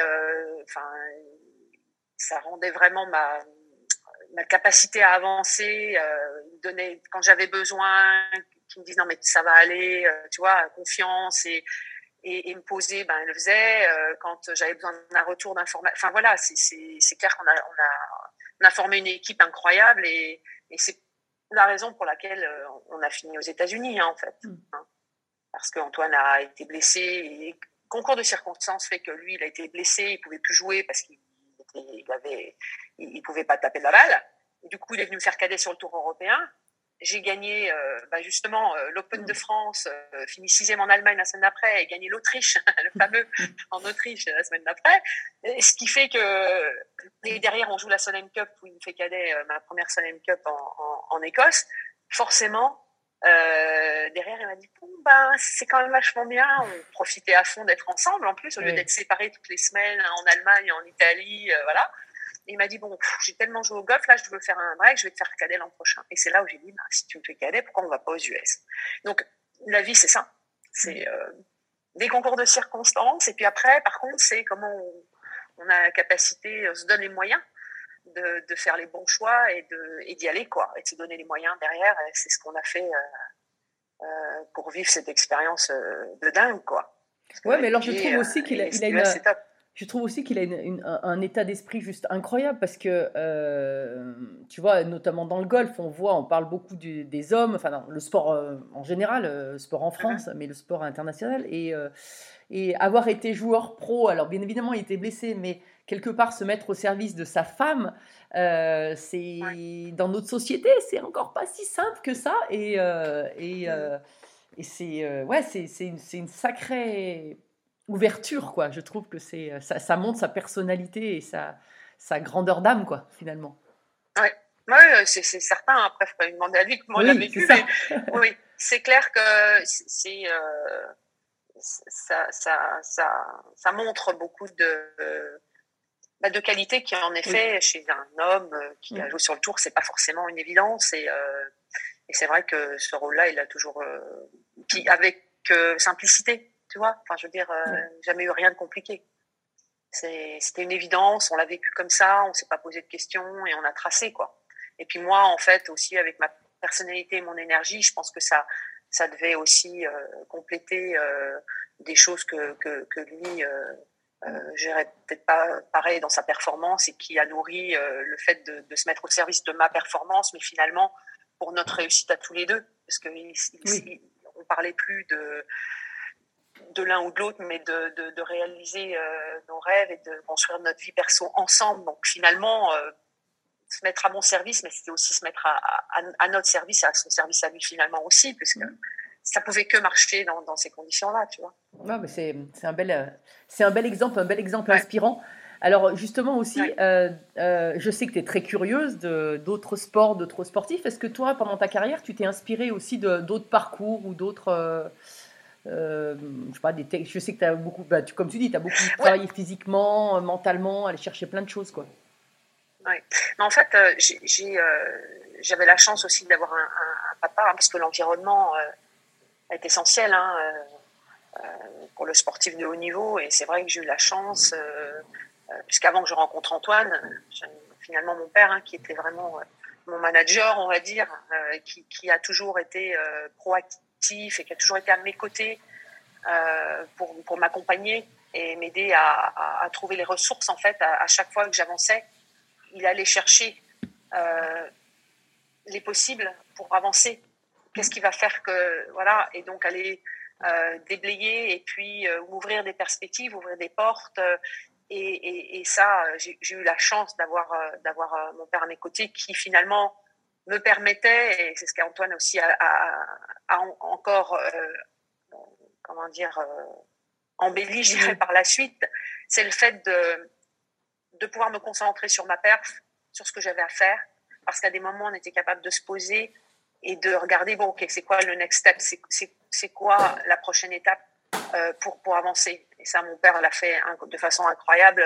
vraiment ma capacité à avancer, me donnait, quand j'avais besoin, qui me disent non mais ça va aller, tu vois, confiance, et me poser, ben elle le faisait. Quand j'avais besoin d'un retour d'information, enfin voilà, c'est clair qu'on a formé une équipe incroyable, et c'est la raison pour laquelle on a fini aux États-Unis, hein, en fait, hein, parce qu'Antoine a été blessé, et concours de circonstances fait que lui, il a été blessé, il pouvait plus jouer parce qu'il pouvait pas taper de la balle. Et du coup, il est venu me faire cadet sur le Tour européen. J'ai gagné justement l'Open de France, fini 6e en Allemagne la semaine d'après, et gagné l'Autriche, le fameux en Autriche la semaine d'après. Et ce qui fait que, et derrière on joue la Solheim Cup où il me fait cadet, ma première Solheim Cup en Écosse. Forcément, derrière il m'a dit bon, ben c'est quand même vachement bien, on profitait à fond d'être ensemble en plus, au lieu d'être séparés toutes les semaines en Allemagne, en Italie, voilà. Et il m'a dit bon, j'ai tellement joué au golf, là je veux faire un break, je vais te faire cadet l'an prochain. Et c'est là où j'ai dit bah, si tu me fais cadet, pourquoi on va pas aux US? Donc la vie c'est ça, c'est des concours de circonstances. Et puis après, par contre, c'est comment on a la capacité, on se donne les moyens de faire les bons choix et d'y aller, quoi, et de se donner les moyens derrière. Et c'est ce qu'on a fait pour vivre cette expérience de dingue, quoi. Ouais, mais alors je trouve aussi qu'il a une. C'est top. Je trouve aussi qu'il a un état d'esprit juste incroyable, parce que, tu vois, notamment dans le golf, on parle beaucoup des hommes, enfin, non, le sport en général, le sport en France, mais le sport international. Et avoir été joueur pro, alors bien évidemment, il était blessé, mais quelque part se mettre au service de sa femme, dans notre société, c'est encore pas si simple que ça. Et c'est une sacrée ouverture, quoi. Je trouve que ça montre sa personnalité et sa grandeur d'âme, quoi, finalement. Ouais, c'est certain. Après, il faudrait lui demander à lui comment il a vécu. Mais, oui, c'est clair que ça montre beaucoup de qualités qui, en effet, chez un homme qui a joué sur le tour, c'est pas forcément une évidence. Et c'est vrai que ce rôle-là, il a toujours avec simplicité. Tu vois, enfin, je veux dire, jamais eu rien de compliqué. C'était une évidence, on l'a vécu comme ça, on s'est pas posé de questions et on a tracé, quoi. Et puis moi, en fait, aussi avec ma personnalité et mon énergie, je pense que ça devait aussi compléter des choses que lui gérait peut-être pas pareil dans sa performance, et qui a nourri le fait de se mettre au service de ma performance, mais finalement pour notre réussite à tous les deux, parce que on parlait plus de l'un ou de l'autre, mais de réaliser nos rêves et de construire notre vie perso ensemble. Donc finalement, se mettre à mon service, mais c'était aussi se mettre à notre service, à son service à lui finalement aussi, parce que ça pouvait que marcher dans ces conditions-là, tu vois. Ouais, mais c'est un bel exemple inspirant. Alors justement aussi, je sais que tu es très curieuse d'autres sports, d'autres sportifs. Est-ce que toi, pendant ta carrière, tu t'es inspirée aussi d'autres parcours ou d'autres... je sais pas, je sais que tu as beaucoup, comme tu dis, tu as beaucoup travaillé physiquement, mentalement, aller chercher plein de choses, quoi. Oui. En fait, j'avais la chance aussi d'avoir un papa, parce que l'environnement est essentiel pour le sportif de haut niveau. Et c'est vrai que j'ai eu la chance, puisqu'avant que je rencontre Antoine, finalement mon père, qui était vraiment mon manager, on va dire, qui a toujours été proactif et qui a toujours été à mes côtés pour m'accompagner et m'aider à trouver les ressources. En fait, à chaque fois que j'avançais, il allait chercher les possibles pour avancer. Qu'est-ce qui va faire que voilà, et donc aller déblayer et puis ouvrir des perspectives, ouvrir des portes. Et ça, j'ai eu la chance d'avoir mon père à mes côtés qui finalement me permettait, et c'est ce qu'Antoine aussi a encore comment dire embelli, je dirais, par la suite, c'est le fait de pouvoir me concentrer sur ma perf, sur ce que j'avais à faire, parce qu'à des moments on était capable de se poser et de regarder, bon, ok, c'est quoi le next step, c'est quoi la prochaine étape pour avancer. Et ça, mon père l'a fait de façon incroyable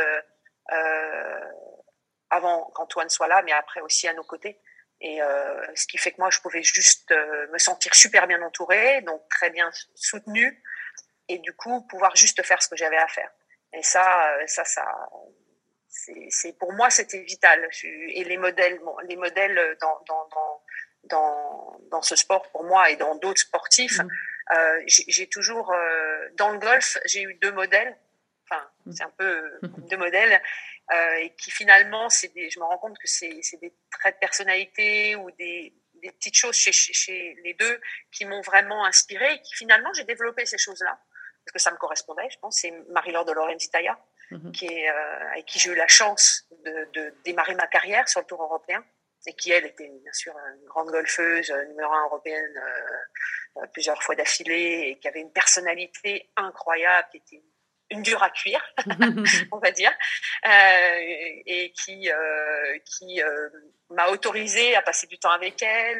avant qu'Antoine soit là, mais après aussi à nos côtés. Et ce qui fait que moi, je pouvais juste me sentir super bien entourée, donc très bien soutenue, et du coup, pouvoir juste faire ce que j'avais à faire. Et ça c'est pour moi, c'était vital. Et les modèles dans ce sport pour moi et dans d'autres sportifs, j'ai toujours dans le golf, j'ai eu deux modèles. Enfin, c'est un peu deux modèles et qui finalement, je me rends compte que c'est des traits de personnalité ou des petites choses chez les deux qui m'ont vraiment inspirée et qui finalement j'ai développé ces choses-là parce que ça me correspondait, je pense. C'est Marie-Laure de Lorenzitaia, avec qui j'ai eu la chance de démarrer ma carrière sur le Tour européen et qui, elle, était bien sûr une grande golfeuse, numéro 1 européenne plusieurs fois d'affilée et qui avait une personnalité incroyable, qui était une dure à cuire, on va dire, et qui m'a autorisée à passer du temps avec elle.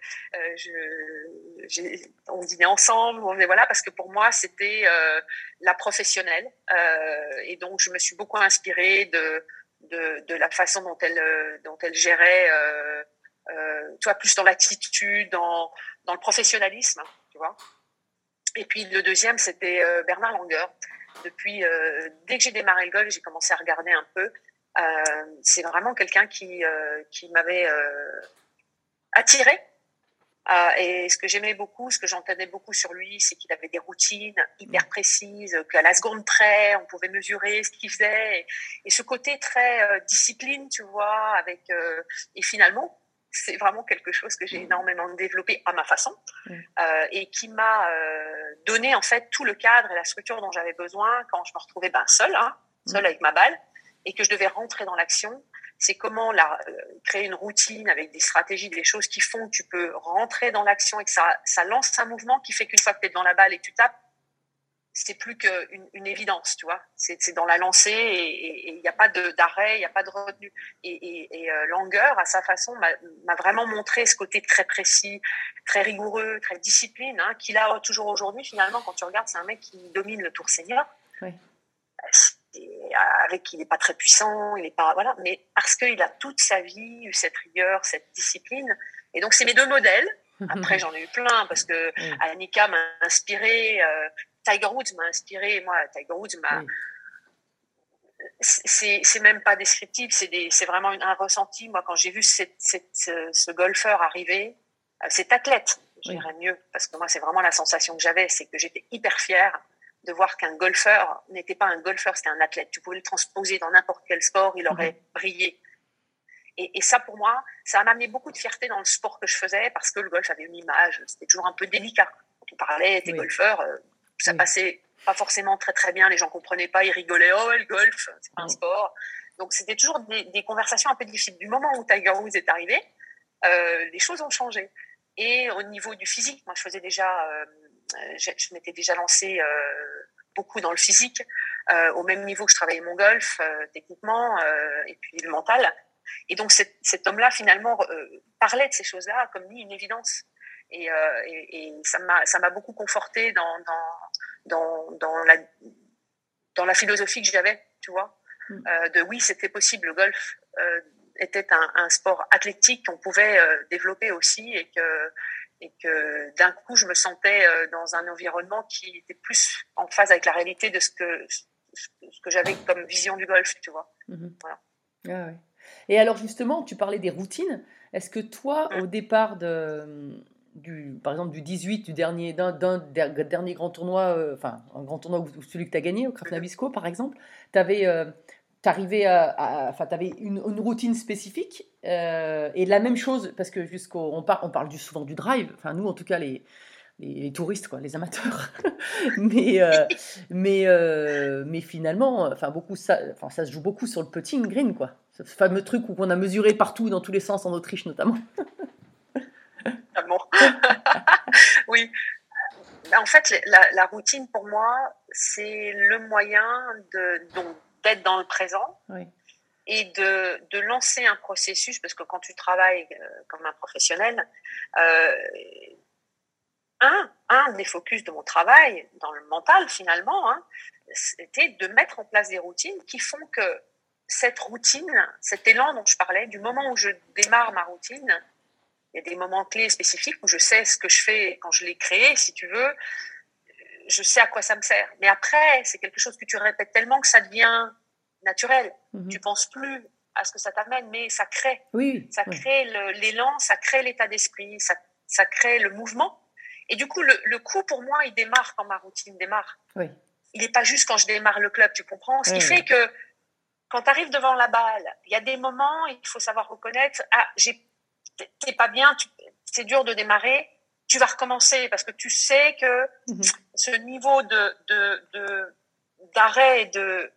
On dînait ensemble, voilà, parce que pour moi c'était la professionnelle, et donc je me suis beaucoup inspirée de la façon dont elle gérait, tu vois, plus dans l'attitude, dans le professionnalisme, tu vois. Et puis le deuxième, c'était Bernard Langer. Depuis, dès que j'ai démarré le golf, j'ai commencé à regarder un peu. C'est vraiment quelqu'un qui m'avait attirée. Et ce que j'aimais beaucoup, ce que j'entendais beaucoup sur lui, c'est qu'il avait des routines hyper précises, qu'à la seconde près, on pouvait mesurer ce qu'il faisait. Et ce côté très discipline, tu vois, et finalement, c'est vraiment quelque chose que j'ai énormément développé à ma façon, et qui m'a donné en fait tout le cadre et la structure dont j'avais besoin quand je me retrouvais seule avec ma balle et que je devais rentrer dans l'action. C'est comment créer une routine avec des stratégies, des choses qui font que tu peux rentrer dans l'action et que ça lance un mouvement qui fait qu'une fois que tu es dans la balle et que tu tapes, c'est plus qu'une évidence, tu vois. C'est dans la lancée et il n'y a pas d'arrêt, il n'y a pas de retenue. Et Langer, à sa façon, m'a vraiment montré ce côté très précis, très rigoureux, très discipline, qu'il a toujours aujourd'hui. Finalement, quand tu regardes, c'est un mec qui domine le Tour senior. Oui. Avec il n'est pas très puissant, il est pas voilà, mais parce qu'il a toute sa vie eu cette rigueur, cette discipline. Et donc c'est mes deux modèles. Après j'en ai eu plein parce que Annika m'a inspiré. Tiger Woods m'a inspiré, moi, Tiger Woods m'a. C'est même pas descriptif, c'est vraiment un ressenti. Moi, quand j'ai vu ce golfeur arriver, cet athlète, je dirais mieux, parce que moi, c'est vraiment la sensation que j'avais, c'est que j'étais hyper fière de voir qu'un golfeur n'était pas un golfeur, c'était un athlète. Tu pouvais le transposer dans n'importe quel sport, il aurait brillé. Et ça, pour moi, ça m'a amené beaucoup de fierté dans le sport que je faisais, parce que le golf avait une image, c'était toujours un peu délicat. Quand on parlait, t'es golfeur, ça passait pas forcément très très bien, les gens comprenaient pas, ils rigolaient, oh le golf, c'est pas un sport. Donc c'était toujours des conversations un peu difficiles. Du moment où Tiger Woods est arrivé, les choses ont changé. Et au niveau du physique, moi je faisais déjà, je m'étais déjà lancée beaucoup dans le physique, au même niveau que je travaillais mon golf, techniquement, et puis le mental. Et donc cet homme-là finalement parlait de ces choses-là comme une évidence. Et ça m'a beaucoup confortée dans la philosophie que j'avais, tu vois, oui, c'était possible. Le golf était un sport athlétique qu'on pouvait développer aussi, et que d'un coup je me sentais dans un environnement qui était plus en phase avec la réalité de ce que j'avais comme vision du golf, tu vois. Voilà. Ah ouais. Et alors justement, tu parlais des routines. Est-ce que toi, au départ par exemple du 18, d'un dernier grand tournoi, enfin un grand tournoi ou celui que tu as gagné au Kraft Nabisco par exemple, t'arrivais t'avais une routine spécifique et la même chose parce que on parle souvent du drive. Enfin nous en tout cas les touristes, quoi, les amateurs. mais finalement, beaucoup ça se joue beaucoup sur le putting green, quoi. Ce fameux truc qu'on a mesuré partout, dans tous les sens, en Autriche notamment. Ah bon. Oui. En fait, la routine pour moi, c'est le moyen d'être dans le présent. Oui. Et de lancer un processus, parce que quand tu travailles comme un professionnel, un des focus de mon travail, dans le mental finalement, c'était de mettre en place des routines qui font que cette routine, cet élan dont je parlais, du moment où je démarre ma routine, il y a des moments clés spécifiques où je sais ce que je fais quand je l'ai créé, si tu veux, je sais à quoi ça me sert. Mais après, c'est quelque chose que tu répètes tellement que ça devient naturel. Mm-hmm. Tu penses plus à ce que ça t'amène, mais ça crée. Oui. Ça crée l'élan, ça crée l'état d'esprit, ça crée le mouvement. Et du coup, le coup, pour moi, il démarre quand ma routine démarre. Oui. Il n'est pas juste quand je démarre le club, tu comprends ? Ce qui fait que quand tu arrives devant la balle, il y a des moments, il faut savoir reconnaître, t'es pas bien, c'est dur de démarrer, tu vas recommencer parce que tu sais que ce niveau d'arrêt, de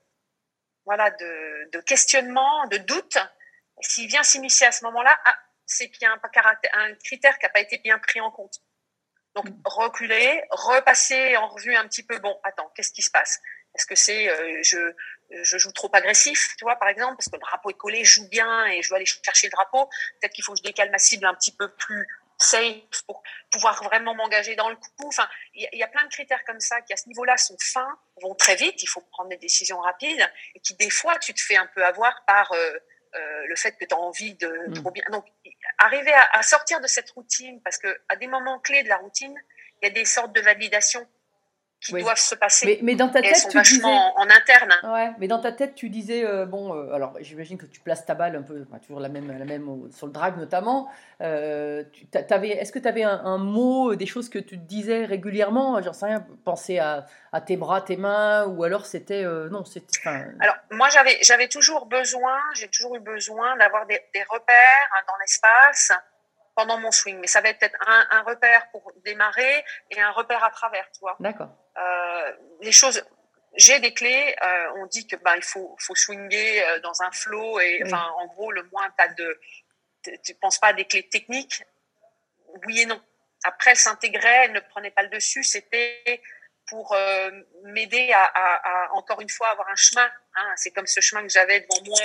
questionnement, de doute, s'il vient s'immiscer à ce moment-là, c'est qu'il y a un critère qui n'a pas été bien pris en compte. Donc, reculer, repasser en revue un petit peu, bon, attends, qu'est-ce qui se passe ? Est-ce que c'est je joue trop agressif, tu vois, par exemple, parce que le drapeau est collé, je joue bien et je dois aller chercher le drapeau. Peut-être qu'il faut que je décale ma cible un petit peu plus safe pour pouvoir vraiment m'engager dans le coup. Enfin, il y a plein de critères comme ça qui, à ce niveau-là, sont fins, vont très vite, il faut prendre des décisions rapides et qui, des fois, tu te fais un peu avoir par le fait que tu as envie de trop bien. Donc, arriver à sortir de cette routine, parce que à des moments clés de la routine, il y a des sortes de validations qui doivent se passer. Mais dans ta tête, elles sont vachement en interne. Ouais, mais dans ta tête, tu disais, alors j'imagine que tu places ta balle un peu, toujours la même sur le drive notamment. Est-ce que tu avais un mot, des choses que tu te disais régulièrement, j'en sais rien, penser à tes bras, tes mains, ou alors c'était non, c'était. Alors moi j'ai toujours eu besoin d'avoir des repères dans l'espace pendant mon swing, mais ça va être peut-être un repère pour démarrer et un repère à travers, tu vois. D'accord. Les choses, j'ai des clés. On dit que il faut swinger dans un flow et en gros le moins tu penses pas à des clés techniques. Oui et non. Après s'intégrer, ne prenez pas le dessus. C'était pour m'aider à encore une fois avoir un chemin. C'est comme ce chemin que j'avais devant moi.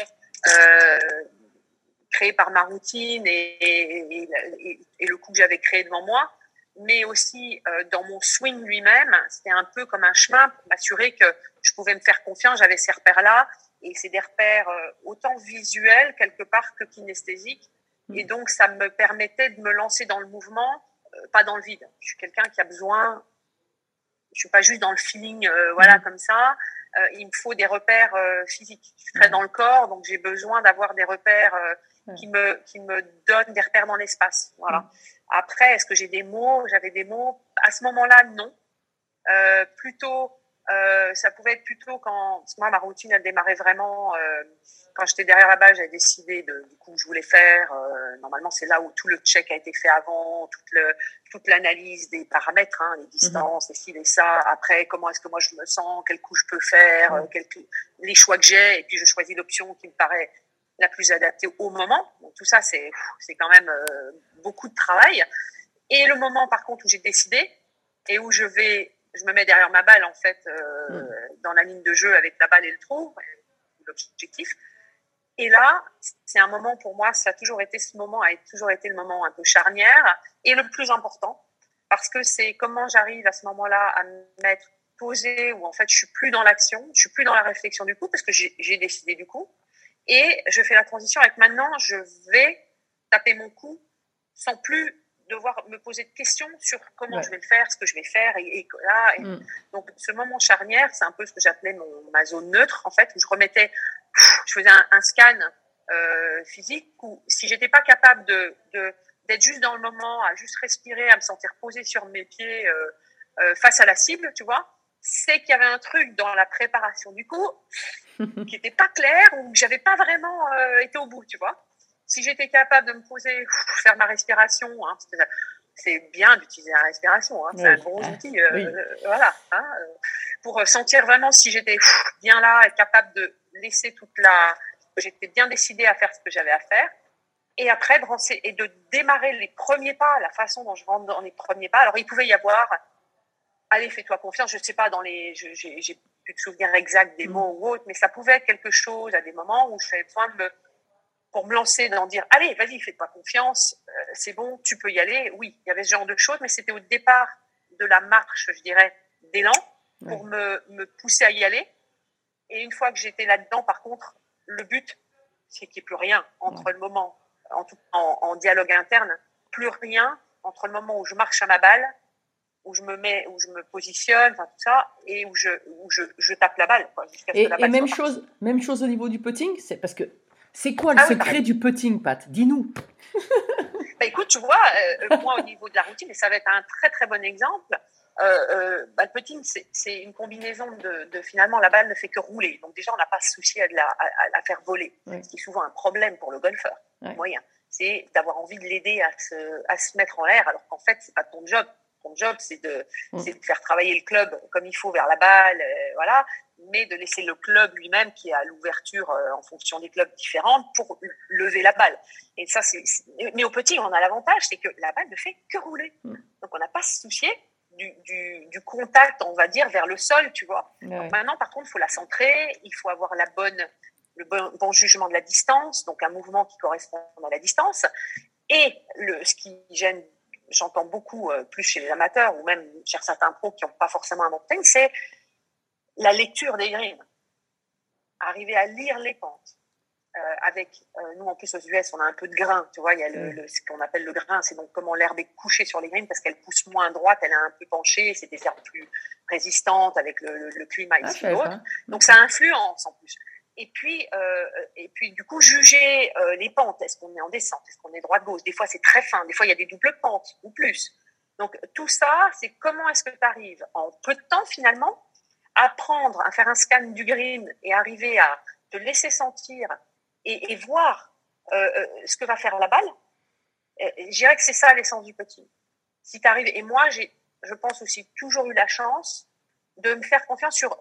Créé par ma routine et le coup que j'avais créé devant moi, mais aussi dans mon swing lui-même, c'était un peu comme un chemin pour m'assurer que je pouvais me faire confiance, j'avais ces repères-là, et c'est des repères autant visuels quelque part que kinesthésiques, et donc ça me permettait de me lancer dans le mouvement, pas dans le vide. Je suis quelqu'un qui a besoin, je suis pas juste dans le feeling, comme ça. Il me faut des repères physiques. Je suis très dans le corps, donc j'ai besoin d'avoir des repères qui me donnent des repères dans l'espace. Voilà. Après, est-ce que j'ai des mots ? J'avais des mots. À ce moment-là, non. Ça pouvait être plutôt parce que moi, ma routine, elle démarrait vraiment quand j'étais derrière la balle. J'avais décidé du coup que je voulais faire. Normalement, c'est là où tout le check a été fait avant, toute l'analyse des paramètres, les distances, les ci, les ça. Après, comment est-ce que moi je me sens, quel coup je peux faire, les choix que j'ai, et puis je choisis l'option qui me paraît la plus adaptée au moment. Donc tout ça, c'est quand même beaucoup de travail. Et le moment, par contre, où j'ai décidé et où je me mets derrière ma balle, en fait, dans la ligne de jeu avec la balle et le trou, l'objectif. Et là, c'est un moment pour moi, ce moment a toujours été le moment un peu charnière et le plus important, parce que c'est comment j'arrive à ce moment-là à me mettre posée, où en fait je suis plus dans l'action, je suis plus dans la réflexion du coup, parce que j'ai décidé du coup, et je fais la transition avec maintenant, je vais taper mon coup sans plus devoir me poser de questions sur comment je vais le faire, ce que je vais faire, donc ce moment charnière, c'est un peu ce que j'appelais ma zone neutre en fait, où je faisais un scan physique où si j'étais pas capable d'être juste dans le moment, à juste respirer, à me sentir posée sur mes pieds face à la cible, tu vois, c'est qu'il y avait un truc dans la préparation du coup qui n'était pas clair ou que j'avais pas vraiment été au bout, tu vois. Si j'étais capable de me poser, faire ma respiration, hein, c'est bien d'utiliser la respiration, hein, c'est un gros outil, voilà, hein, pour sentir vraiment si j'étais bien là et capable de laisser j'étais bien décidée à faire ce que j'avais à faire. Et après, de démarrer les premiers pas, la façon dont je rentre dans les premiers pas. Alors, il pouvait y avoir, allez, fais-toi confiance, je sais pas, j'ai plus de souvenirs exacts des mots ou autres, mais ça pouvait être quelque chose à des moments où j'avais besoin pour me lancer, d'en dire, allez, vas-y, fais-toi confiance, c'est bon, tu peux y aller. Oui, il y avait ce genre de choses, mais c'était au départ de la marche, je dirais, d'élan, pour me pousser à y aller. Et une fois que j'étais là-dedans, par contre, le but, c'est qu'il n'y ait plus rien entre le moment, en dialogue interne, plus rien entre le moment où je marche à ma balle, où je me positionne, enfin tout ça, et où je tape la balle, quoi, jusqu'à ce que la balle soit même chose au niveau du putting, c'est quoi le secret du putting, Pat? Dis-nous. Bah, écoute, tu vois, moi au niveau de la routine, et ça va être un très très bon exemple, le putting, c'est une combinaison de finalement la balle ne fait que rouler. Donc déjà, on n'a pas à se soucier à la faire voler, ce qui est souvent un problème pour le golfeur moyen. C'est d'avoir envie de l'aider à se mettre en l'air, alors qu'en fait, c'est pas ton job. Ton job, c'est de faire travailler le club comme il faut vers la balle, voilà, mais de laisser le club lui-même qui est à l'ouverture en fonction des clubs différents pour lever la balle. Et ça, mais au putting, on a l'avantage, c'est que la balle ne fait que rouler. Donc, on n'a pas à se soucier du contact, on va dire, vers le sol, tu vois. Donc maintenant, par contre, il faut la centrer, il faut avoir le bon jugement de la distance, donc un mouvement qui correspond à la distance. Et ce qui gêne, j'entends beaucoup plus chez les amateurs ou même chez certains pros qui n'ont pas forcément un montagne, c'est la lecture des greens. Arriver à lire les pentes. Nous, en plus, aux US, on a un peu de grain, tu vois, il y a ce qu'on appelle le grain, c'est donc comment l'herbe est couchée sur les greens parce qu'elle pousse moins droite, elle est un peu penchée, c'est des herbes plus résistantes avec le climat ici et l'autre. Donc, ça influence en plus. Et puis, du coup, juger les pentes. Est-ce qu'on est en descente? Est-ce qu'on est droite-gauche? Des fois, c'est très fin. Des fois, il y a des doubles pentes ou plus. Donc, tout ça, c'est comment est-ce que tu arrives en peu de temps, finalement, à apprendre à faire un scan du green et arriver à te laisser sentir et voir ce que va faire la balle. Je dirais que c'est ça l'essence du putting. Si tu arrives, et moi, je pense aussi toujours eu la chance de me faire confiance sur.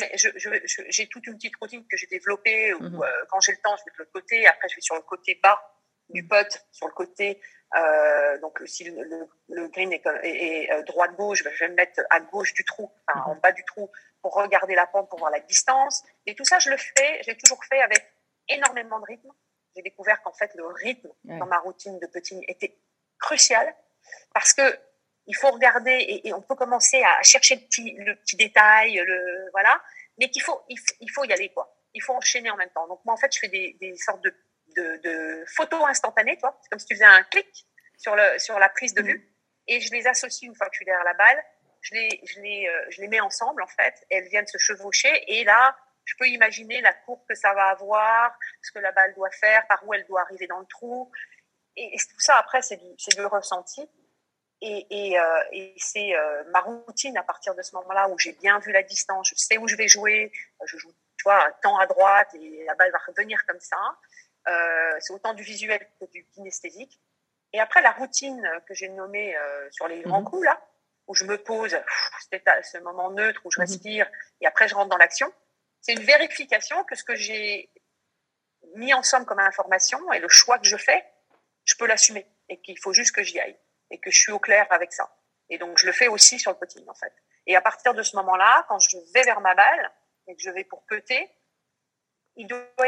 J'ai toute une petite routine que j'ai développée où quand j'ai le temps, je vais de l'autre côté. Après, je vais sur le côté bas du putt, sur le côté. Donc, si le green est droite-gauche, je vais me mettre à gauche du trou, enfin, en bas du trou, pour regarder la pente, pour voir la distance. Et tout ça, je l'ai toujours fait avec énormément de rythme. J'ai découvert qu'en fait, le rythme dans ma routine de putting était crucial parce que il faut regarder et on peut commencer à chercher le petit détail, voilà, mais qu'il faut y aller, quoi. Il faut enchaîner en même temps. Donc, moi, en fait, je fais des sortes de photos instantanées, toi. C'est comme si tu faisais un clic sur la prise de vue et je les associe une fois que je suis derrière la balle. Je les mets ensemble, en fait, et elles viennent se chevaucher et là, je peux imaginer la courbe que ça va avoir, ce que la balle doit faire, par où elle doit arriver dans le trou. Et tout ça, après, c'est du ressenti. Et c'est ma routine à partir de ce moment-là où j'ai bien vu la distance, je sais où je vais jouer, je joue, tu vois, tant à droite et la balle va revenir comme ça. C'est autant du visuel que du kinesthésique. Et après, la routine que j'ai nommée sur les grands coups, là, où je me pose, ce moment neutre où je respire et après je rentre dans l'action, c'est une vérification que ce que j'ai mis ensemble comme information et le choix que je fais, je peux l'assumer et qu'il faut juste que j'y aille et que je suis au clair avec ça. Et donc, je le fais aussi sur le putting, en fait. Et à partir de ce moment-là, quand je vais vers ma balle et que je vais pour putter, il doit plus y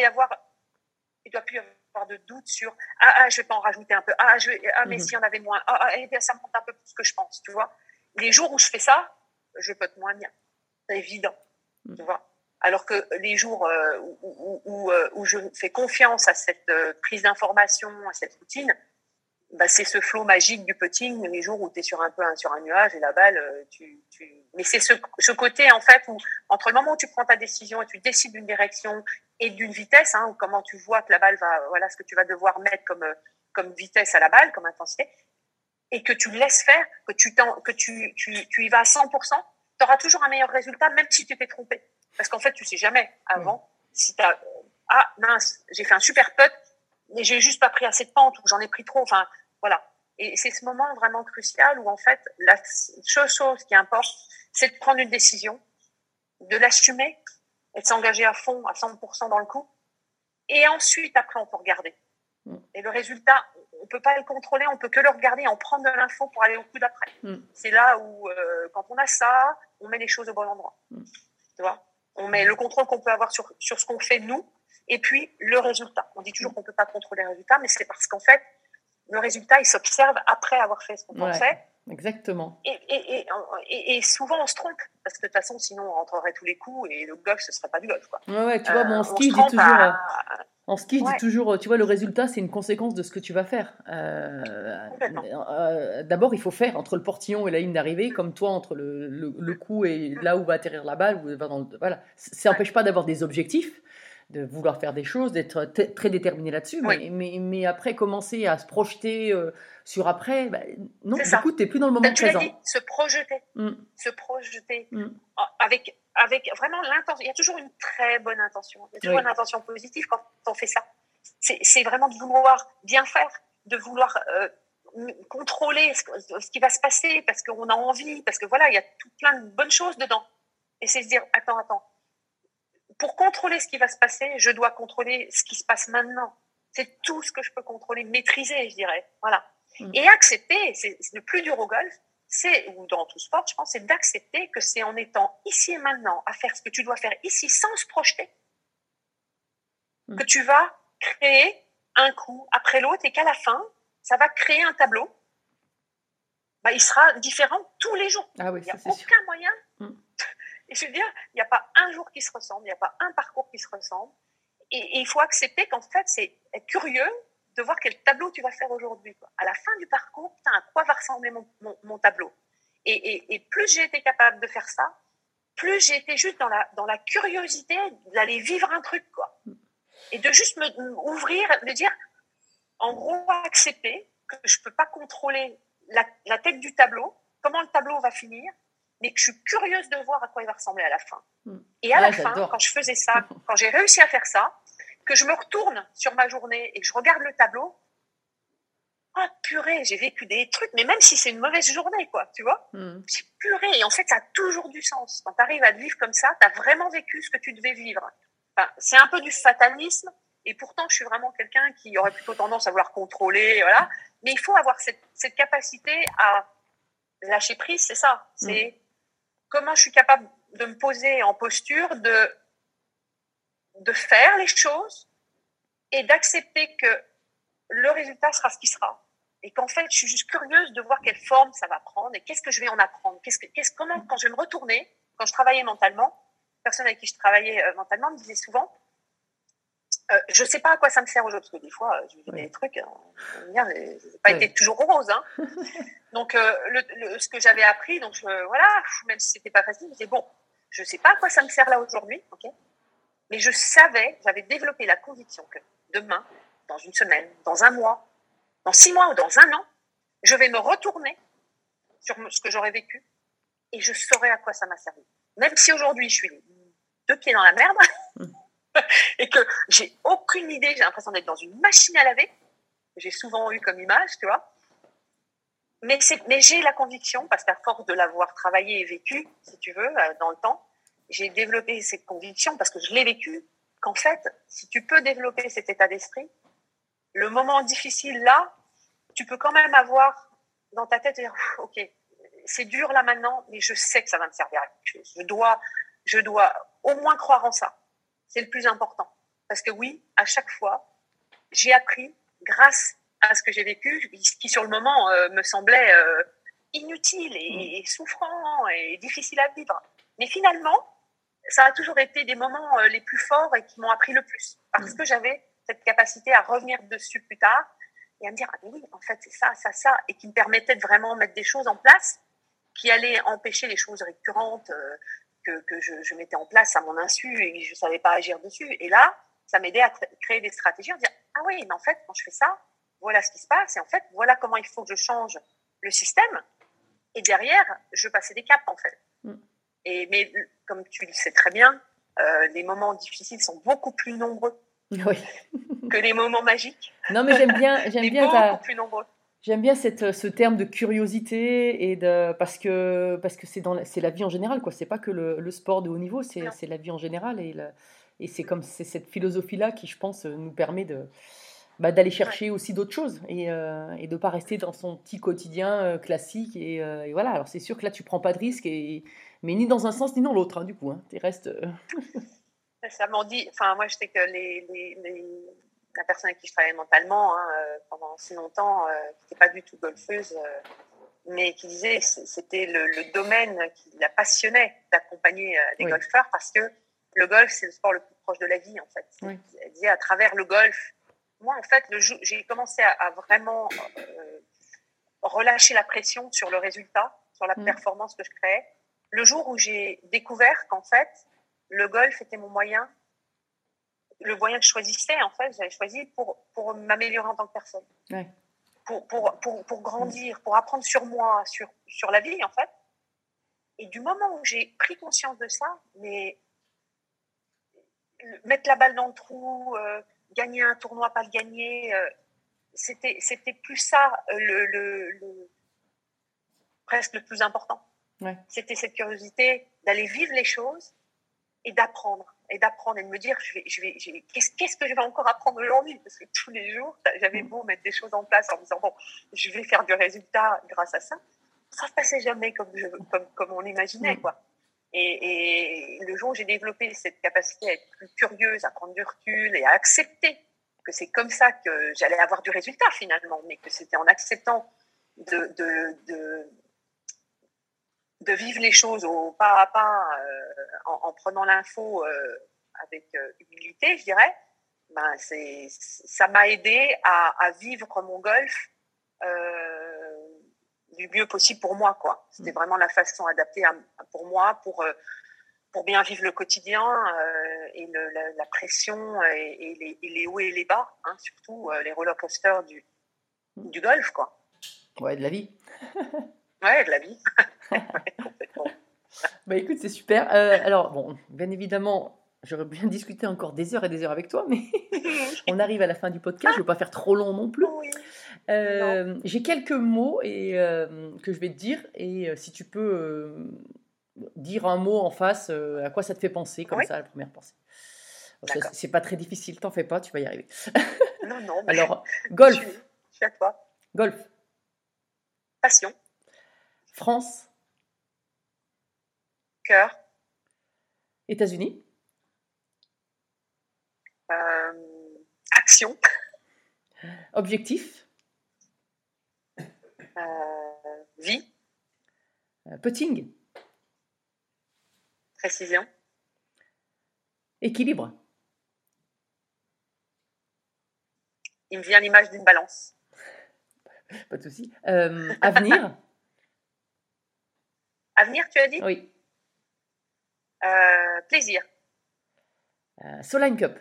avoir de doute sur je vais pas en rajouter un peu, mais s'il y en avait moins, ça me monte un peu plus que je pense, tu vois. Les jours où je fais ça, je putte moins bien. C'est évident, tu vois. Alors que les jours où je fais confiance à cette prise d'information, à cette routine, c'est ce flow magique du putting, les jours où tu es sur un nuage et la balle, mais c'est ce côté, en fait, où entre le moment où tu prends ta décision et tu décides d'une direction et d'une vitesse, ou comment tu vois que la balle voilà ce que tu vas devoir mettre comme vitesse à la balle, comme intensité, et que tu laisses faire, que tu y vas à 100%, tu auras toujours un meilleur résultat, même si tu t'es trompé. Parce qu'en fait, tu sais jamais avant si tu as mince, j'ai fait un super putt, mais j'ai juste pas pris assez de pente, ou j'en ai pris trop, enfin, voilà. Et c'est ce moment vraiment crucial où, en fait, la chose qui importe, c'est de prendre une décision, de l'assumer, et de s'engager à fond, à 100% dans le coup. Et ensuite, après, on peut regarder. Et le résultat, on peut pas le contrôler, on peut que le regarder et en prendre de l'info pour aller au coup d'après. C'est là où, quand on a ça, on met les choses au bon endroit. Tu vois, on met le contrôle qu'on peut avoir sur ce qu'on fait nous, et puis le résultat. On dit toujours qu'on peut pas contrôler le résultat, mais c'est parce qu'en fait, le résultat, il s'observe après avoir fait ce qu'on pensait. Exactement. Et souvent, on se trompe, parce que de toute façon, sinon, on rentrerait tous les coups et le golf, ce serait pas du golf, quoi. Ouais, tu vois, en ski, je dis toujours... En ski, je dis toujours, tu vois, le résultat, c'est une conséquence de ce que tu vas faire. D'abord, il faut faire entre le portillon et la ligne d'arrivée, comme toi, entre le coup et là où va atterrir la balle. Voilà. Ça n'empêche pas d'avoir des objectifs, de vouloir faire des choses, d'être très déterminé là-dessus, mais après, commencer à se projeter sur après, non, du coup, tu n'es plus dans le moment présent. Tu l'as dit, se projeter. Avec vraiment l'intention. Il y a toujours une très bonne intention. Il y a toujours une intention positive quand on fait ça. C'est vraiment de vouloir bien faire, de vouloir contrôler ce qui va se passer, parce qu'on a envie, parce que voilà, il y a tout plein de bonnes choses dedans. Et c'est se dire, attends. Pour contrôler ce qui va se passer, je dois contrôler ce qui se passe maintenant. C'est tout ce que je peux contrôler, maîtriser, je dirais. Voilà. Et accepter, c'est le plus dur au golf, ou dans tout sport, je pense, c'est d'accepter que c'est en étant ici et maintenant, à faire ce que tu dois faire ici, sans se projeter, que tu vas créer un coup après l'autre, et qu'à la fin, ça va créer un tableau. Il sera différent tous les jours. Ah oui, il n'y a aucun moyen. Et je veux dire, il n'y a pas un jour qui se ressemble, il n'y a pas un parcours qui se ressemble. Et il faut accepter qu'en fait, c'est être curieux de voir quel tableau tu vas faire aujourd'hui, quoi. À la fin du parcours, à quoi va ressembler mon tableau. Et plus j'ai été capable de faire ça, plus j'ai été juste dans la curiosité d'aller vivre un truc, quoi. Et de juste m'ouvrir, de dire, en gros, accepter que je ne peux pas contrôler la tête du tableau, comment le tableau va finir, mais que je suis curieuse de voir à quoi il va ressembler à la fin. Et à la fin, quand je faisais ça, quand j'ai réussi à faire ça, que je me retourne sur ma journée et que je regarde le tableau, oh purée, j'ai vécu des trucs, mais même si c'est une mauvaise journée, quoi, tu vois, j'ai purée, et en fait, ça a toujours du sens. Quand tu arrives à le vivre comme ça, tu as vraiment vécu ce que tu devais vivre. Enfin, c'est un peu du fatalisme, et pourtant, je suis vraiment quelqu'un qui aurait plutôt tendance à vouloir contrôler, voilà. Mais il faut avoir cette capacité à lâcher prise, c'est ça. C'est comment je suis capable de me poser en posture, de faire les choses et d'accepter que le résultat sera ce qui sera. Et qu'en fait, je suis juste curieuse de voir quelle forme ça va prendre et qu'est-ce que je vais en apprendre. Comment, quand je vais me retourner, quand je travaillais mentalement, la personne avec qui je travaillais mentalement me disait souvent, je sais pas à quoi ça me sert aujourd'hui, parce que des fois, je vis des trucs, ça n'a pas été toujours rose, hein. Donc, ce que j'avais appris, donc voilà, même si c'était pas facile, c'est bon, je sais pas à quoi ça me sert là aujourd'hui, ok, mais je savais, j'avais développé la conviction que demain, dans une semaine, dans un mois, dans 6 mois ou dans un an, je vais me retourner sur ce que j'aurais vécu et je saurai à quoi ça m'a servi. Même si aujourd'hui, je suis 2 pieds dans la merde, et que j'ai aucune idée, j'ai l'impression d'être dans une machine à laver, j'ai souvent eu comme image, tu vois, mais j'ai la conviction, parce qu'à force de l'avoir travaillé et vécu, si tu veux, dans le temps, j'ai développé cette conviction, parce que je l'ai vécu, qu'en fait, si tu peux développer cet état d'esprit, le moment difficile là, tu peux quand même avoir dans ta tête, dire, ok, c'est dur là maintenant, mais je sais que ça va me servir à quelque chose. Je dois au moins croire en ça. C'est le plus important. Parce que oui, à chaque fois, j'ai appris grâce à ce que j'ai vécu, qui sur le moment me semblait inutile et souffrant et difficile à vivre. Mais finalement, ça a toujours été des moments les plus forts et qui m'ont appris le plus. Parce que j'avais cette capacité à revenir dessus plus tard et à me dire, ah mais oui, en fait, c'est ça, ça, ça, et qui me permettait de vraiment mettre des choses en place qui allaient empêcher les choses récurrentes que je mettais en place à mon insu et que je ne savais pas agir dessus. Et là, ça m'aidait à créer des stratégies, à dire, ah oui, mais en fait, quand je fais ça, voilà ce qui se passe, et en fait, voilà comment il faut que je change le système. Et derrière, je passais des caps, en fait. Mais comme tu le sais très bien, les moments difficiles sont beaucoup plus nombreux que les moments magiques. Non, mais j'aime bien beaucoup plus nombreux. J'aime bien ce terme de curiosité parce que c'est la vie en général, quoi. C'est pas que le sport de haut niveau, c'est la vie en général et c'est cette philosophie-là qui, je pense, nous permet d'aller chercher aussi d'autres choses et de ne pas rester dans son petit quotidien classique. Et voilà, alors c'est sûr que là, tu ne prends pas de risques, mais ni dans un sens ni dans l'autre, hein, du coup. Hein, tu restes... Ça m'en dit... Enfin, moi, je sais que la personne avec qui je travaillais mentalement pendant si longtemps, qui n'était pas du tout golfeuse, mais qui disait que c'était le domaine qui la passionnait d'accompagner les golfeurs parce que le golf, c'est le sport le plus proche de la vie, en fait. Elle disait à travers le golf... Moi, en fait, j'ai commencé à vraiment relâcher la pression sur le résultat, sur la performance que je créais. Le jour où j'ai découvert qu'en fait, le golf était mon moyen, le moyen que je choisissais, en fait, j'avais choisi pour m'améliorer en tant que personne, pour grandir, pour apprendre sur moi, sur la vie, en fait. Et du moment où j'ai pris conscience de ça, mais mettre la balle dans le trou... gagner un tournoi, pas le gagner, c'était plus ça presque le plus important. C'était cette curiosité d'aller vivre les choses et d'apprendre et de me dire qu'est-ce que je vais encore apprendre aujourd'hui, parce que tous les jours j'avais beau mettre des choses en place en me disant bon, je vais faire du résultat grâce à ça, ça se passait jamais comme on imaginait, quoi. Et le jour où j'ai développé cette capacité à être plus curieuse, à prendre du recul et à accepter que c'est comme ça que j'allais avoir du résultat finalement, mais que c'était en acceptant de vivre les choses au pas à pas, en prenant l'info avec humilité, je dirais, ça m'a aidé à vivre mon golf du mieux possible pour moi, quoi. C'était vraiment la façon adaptée pour moi, pour bien vivre le quotidien et la pression et les hauts et les bas, hein, surtout les roller coasters du golf, quoi. Ouais, de la vie. Ouais, de la vie. Complètement. Bah écoute, c'est super. Alors bon, bien évidemment, j'aurais bien discuté encore des heures et des heures avec toi, mais on arrive à la fin du podcast. Je ne veux pas faire trop long non plus. Oui. J'ai quelques mots que je vais te dire, et si tu peux dire un mot en face, à quoi ça te fait penser, comme ça, la première pensée. C'est pas très difficile, t'en fais pas, tu vas y arriver. Non. Alors, golf. Je suis à toi. Golf. Passion. France. Cœur. États-Unis. Action. Objectif. Vie. Putting. Précision. Équilibre. Il me vient l'image d'une balance. Pas de souci. Avenir. Avenir, tu as dit ? Oui. Plaisir. Solheim Cup.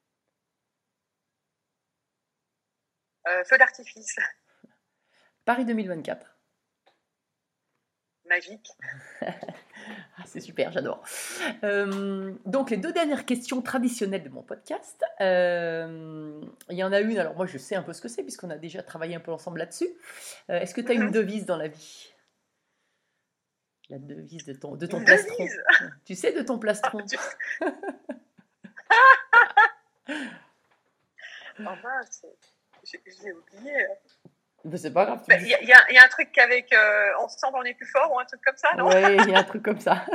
Feu d'artifice. Paris 2024. Magique. C'est super, j'adore. Donc, les deux dernières questions traditionnelles de mon podcast. Il y en a une, alors moi je sais un peu ce que c'est, puisqu'on a déjà travaillé un peu ensemble là-dessus. Est-ce que tu as une devise dans la vie ? La devise de ton plastron. Tu sais, de ton plastron. Oh mince, j'ai oublié. Mais c'est pas grave. Il y a un truc qu'avec ensemble on est plus fort, ou un truc comme ça, non ? Oui, il y a un truc comme ça.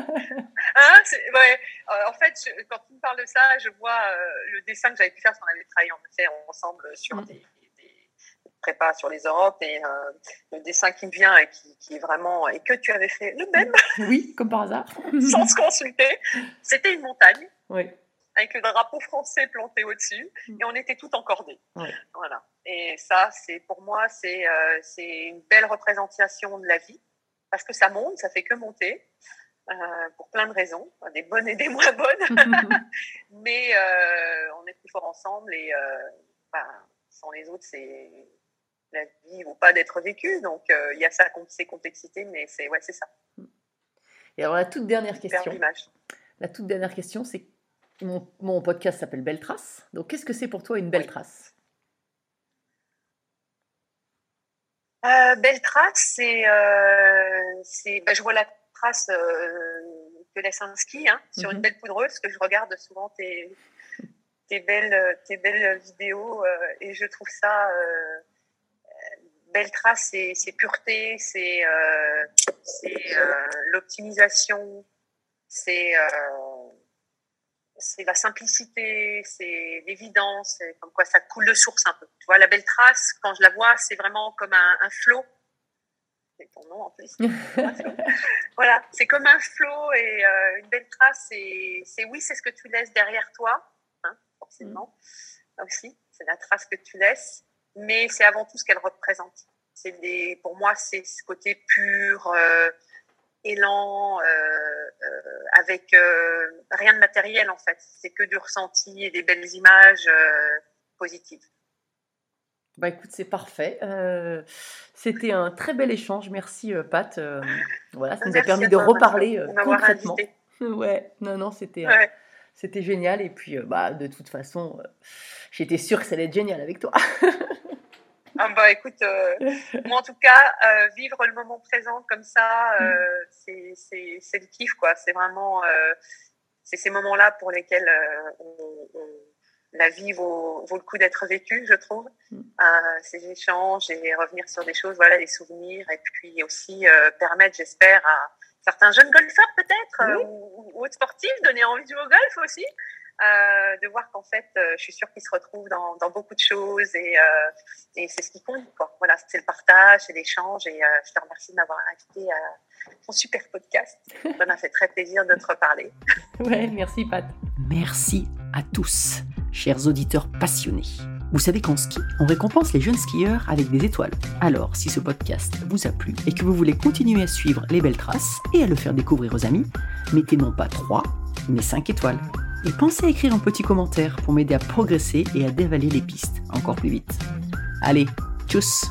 En fait, quand tu me parles de ça, je vois le dessin que j'avais pu faire, parce qu'on avait travaillé ensemble sur des prépas sur les Europes, et le dessin qui me vient et qui est vraiment, et que tu avais fait le même. Oui, comme par hasard. Sans se consulter. C'était une montagne. Oui. Avec le drapeau français planté au-dessus, et on était tout encordés. Oui. Voilà. Et ça, pour moi, c'est une belle représentation de la vie, parce que ça monte, ça fait que monter, pour plein de raisons, des bonnes et des moins bonnes. Mais on est plus fort ensemble et sans les autres, la vie ne vaut pas d'être vécue. Donc, il y a ces complexités, mais c'est ça. Et alors, la toute dernière question. L'image. La toute dernière question, c'est mon podcast s'appelle Belle Trace. Donc, qu'est-ce que c'est pour toi une belle trace? Belle trace, je vois la trace que laisse un ski sur une belle poudreuse, parce que je regarde souvent tes belles vidéos et je trouve ça belle trace, c'est pureté, c'est l'optimisation, c'est la simplicité, c'est l'évidence, c'est comme quoi ça coule de source un peu. Tu vois, la belle trace, quand je la vois, c'est vraiment comme un flot. C'est ton nom en plus. Voilà, c'est comme un flot et une belle trace, c'est ce que tu laisses derrière toi, forcément. Aussi, c'est la trace que tu laisses, mais c'est avant tout ce qu'elle représente. Pour moi, c'est ce côté pur, élan, avec rien de matériel en fait. C'est que du ressenti et des belles images positives. Bah écoute, c'est parfait. C'était un très bel échange. Merci Pat. Voilà, ça nous a permis de reparler concrètement. Ouais, non, c'était génial. Et puis, de toute façon, j'étais sûre que ça allait être génial avec toi. Écoute, moi en tout cas, vivre le moment présent comme ça, c'est le kiff, quoi. C'est vraiment, c'est ces moments-là pour lesquels la vie vaut le coup d'être vécue, je trouve. Ces échanges et revenir sur des choses, voilà, des souvenirs, et puis aussi permettre, j'espère, à certains jeunes golfeurs peut-être, ou autres sportifs, donner envie de jouer au golf aussi. De voir qu'en fait, je suis sûre qu'ils se retrouvent dans beaucoup de choses et c'est ce qui compte, quoi. Voilà, c'est le partage, c'est l'échange et je te remercie de m'avoir invité à ton super podcast. Ça m'a fait très plaisir de te reparler. Ouais, merci Pat. Merci à tous, chers auditeurs passionnés. Vous savez qu'en ski, on récompense les jeunes skieurs avec des étoiles. Alors, si ce podcast vous a plu et que vous voulez continuer à suivre les belles traces et à le faire découvrir aux amis, mettez non pas 3, mais 5 étoiles. Et pensez à écrire un petit commentaire pour m'aider à progresser et à dévaler les pistes encore plus vite. Allez, tchuss!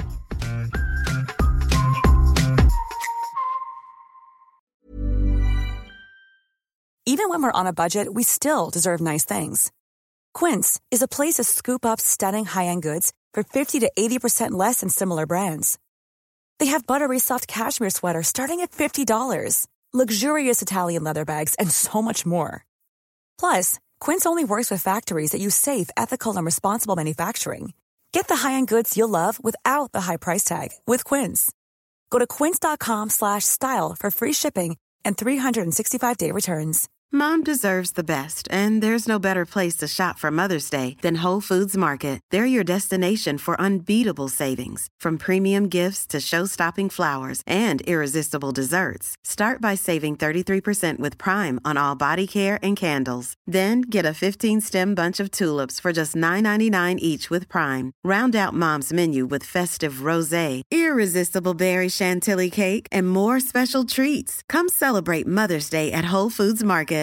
Even when we're on a budget, we still deserve nice things. Quince is a place to scoop up stunning high-end goods for 50 to 80% less than similar brands. They have buttery soft cashmere sweaters starting at $50, luxurious Italian leather bags, and so much more. Plus, Quince only works with factories that use safe, ethical, and responsible manufacturing. Get the high-end goods you'll love without the high price tag with Quince. Go to quince.com/style for free shipping and 365-day returns. Mom deserves the best, and there's no better place to shop for Mother's Day than Whole Foods Market. They're your destination for unbeatable savings, from premium gifts to show-stopping flowers and irresistible desserts. Start by saving 33% with Prime on all body care and candles. Then get a 15-stem bunch of tulips for just $9.99 each with Prime. Round out Mom's menu with festive rosé, irresistible berry chantilly cake, and more special treats. Come celebrate Mother's Day at Whole Foods Market.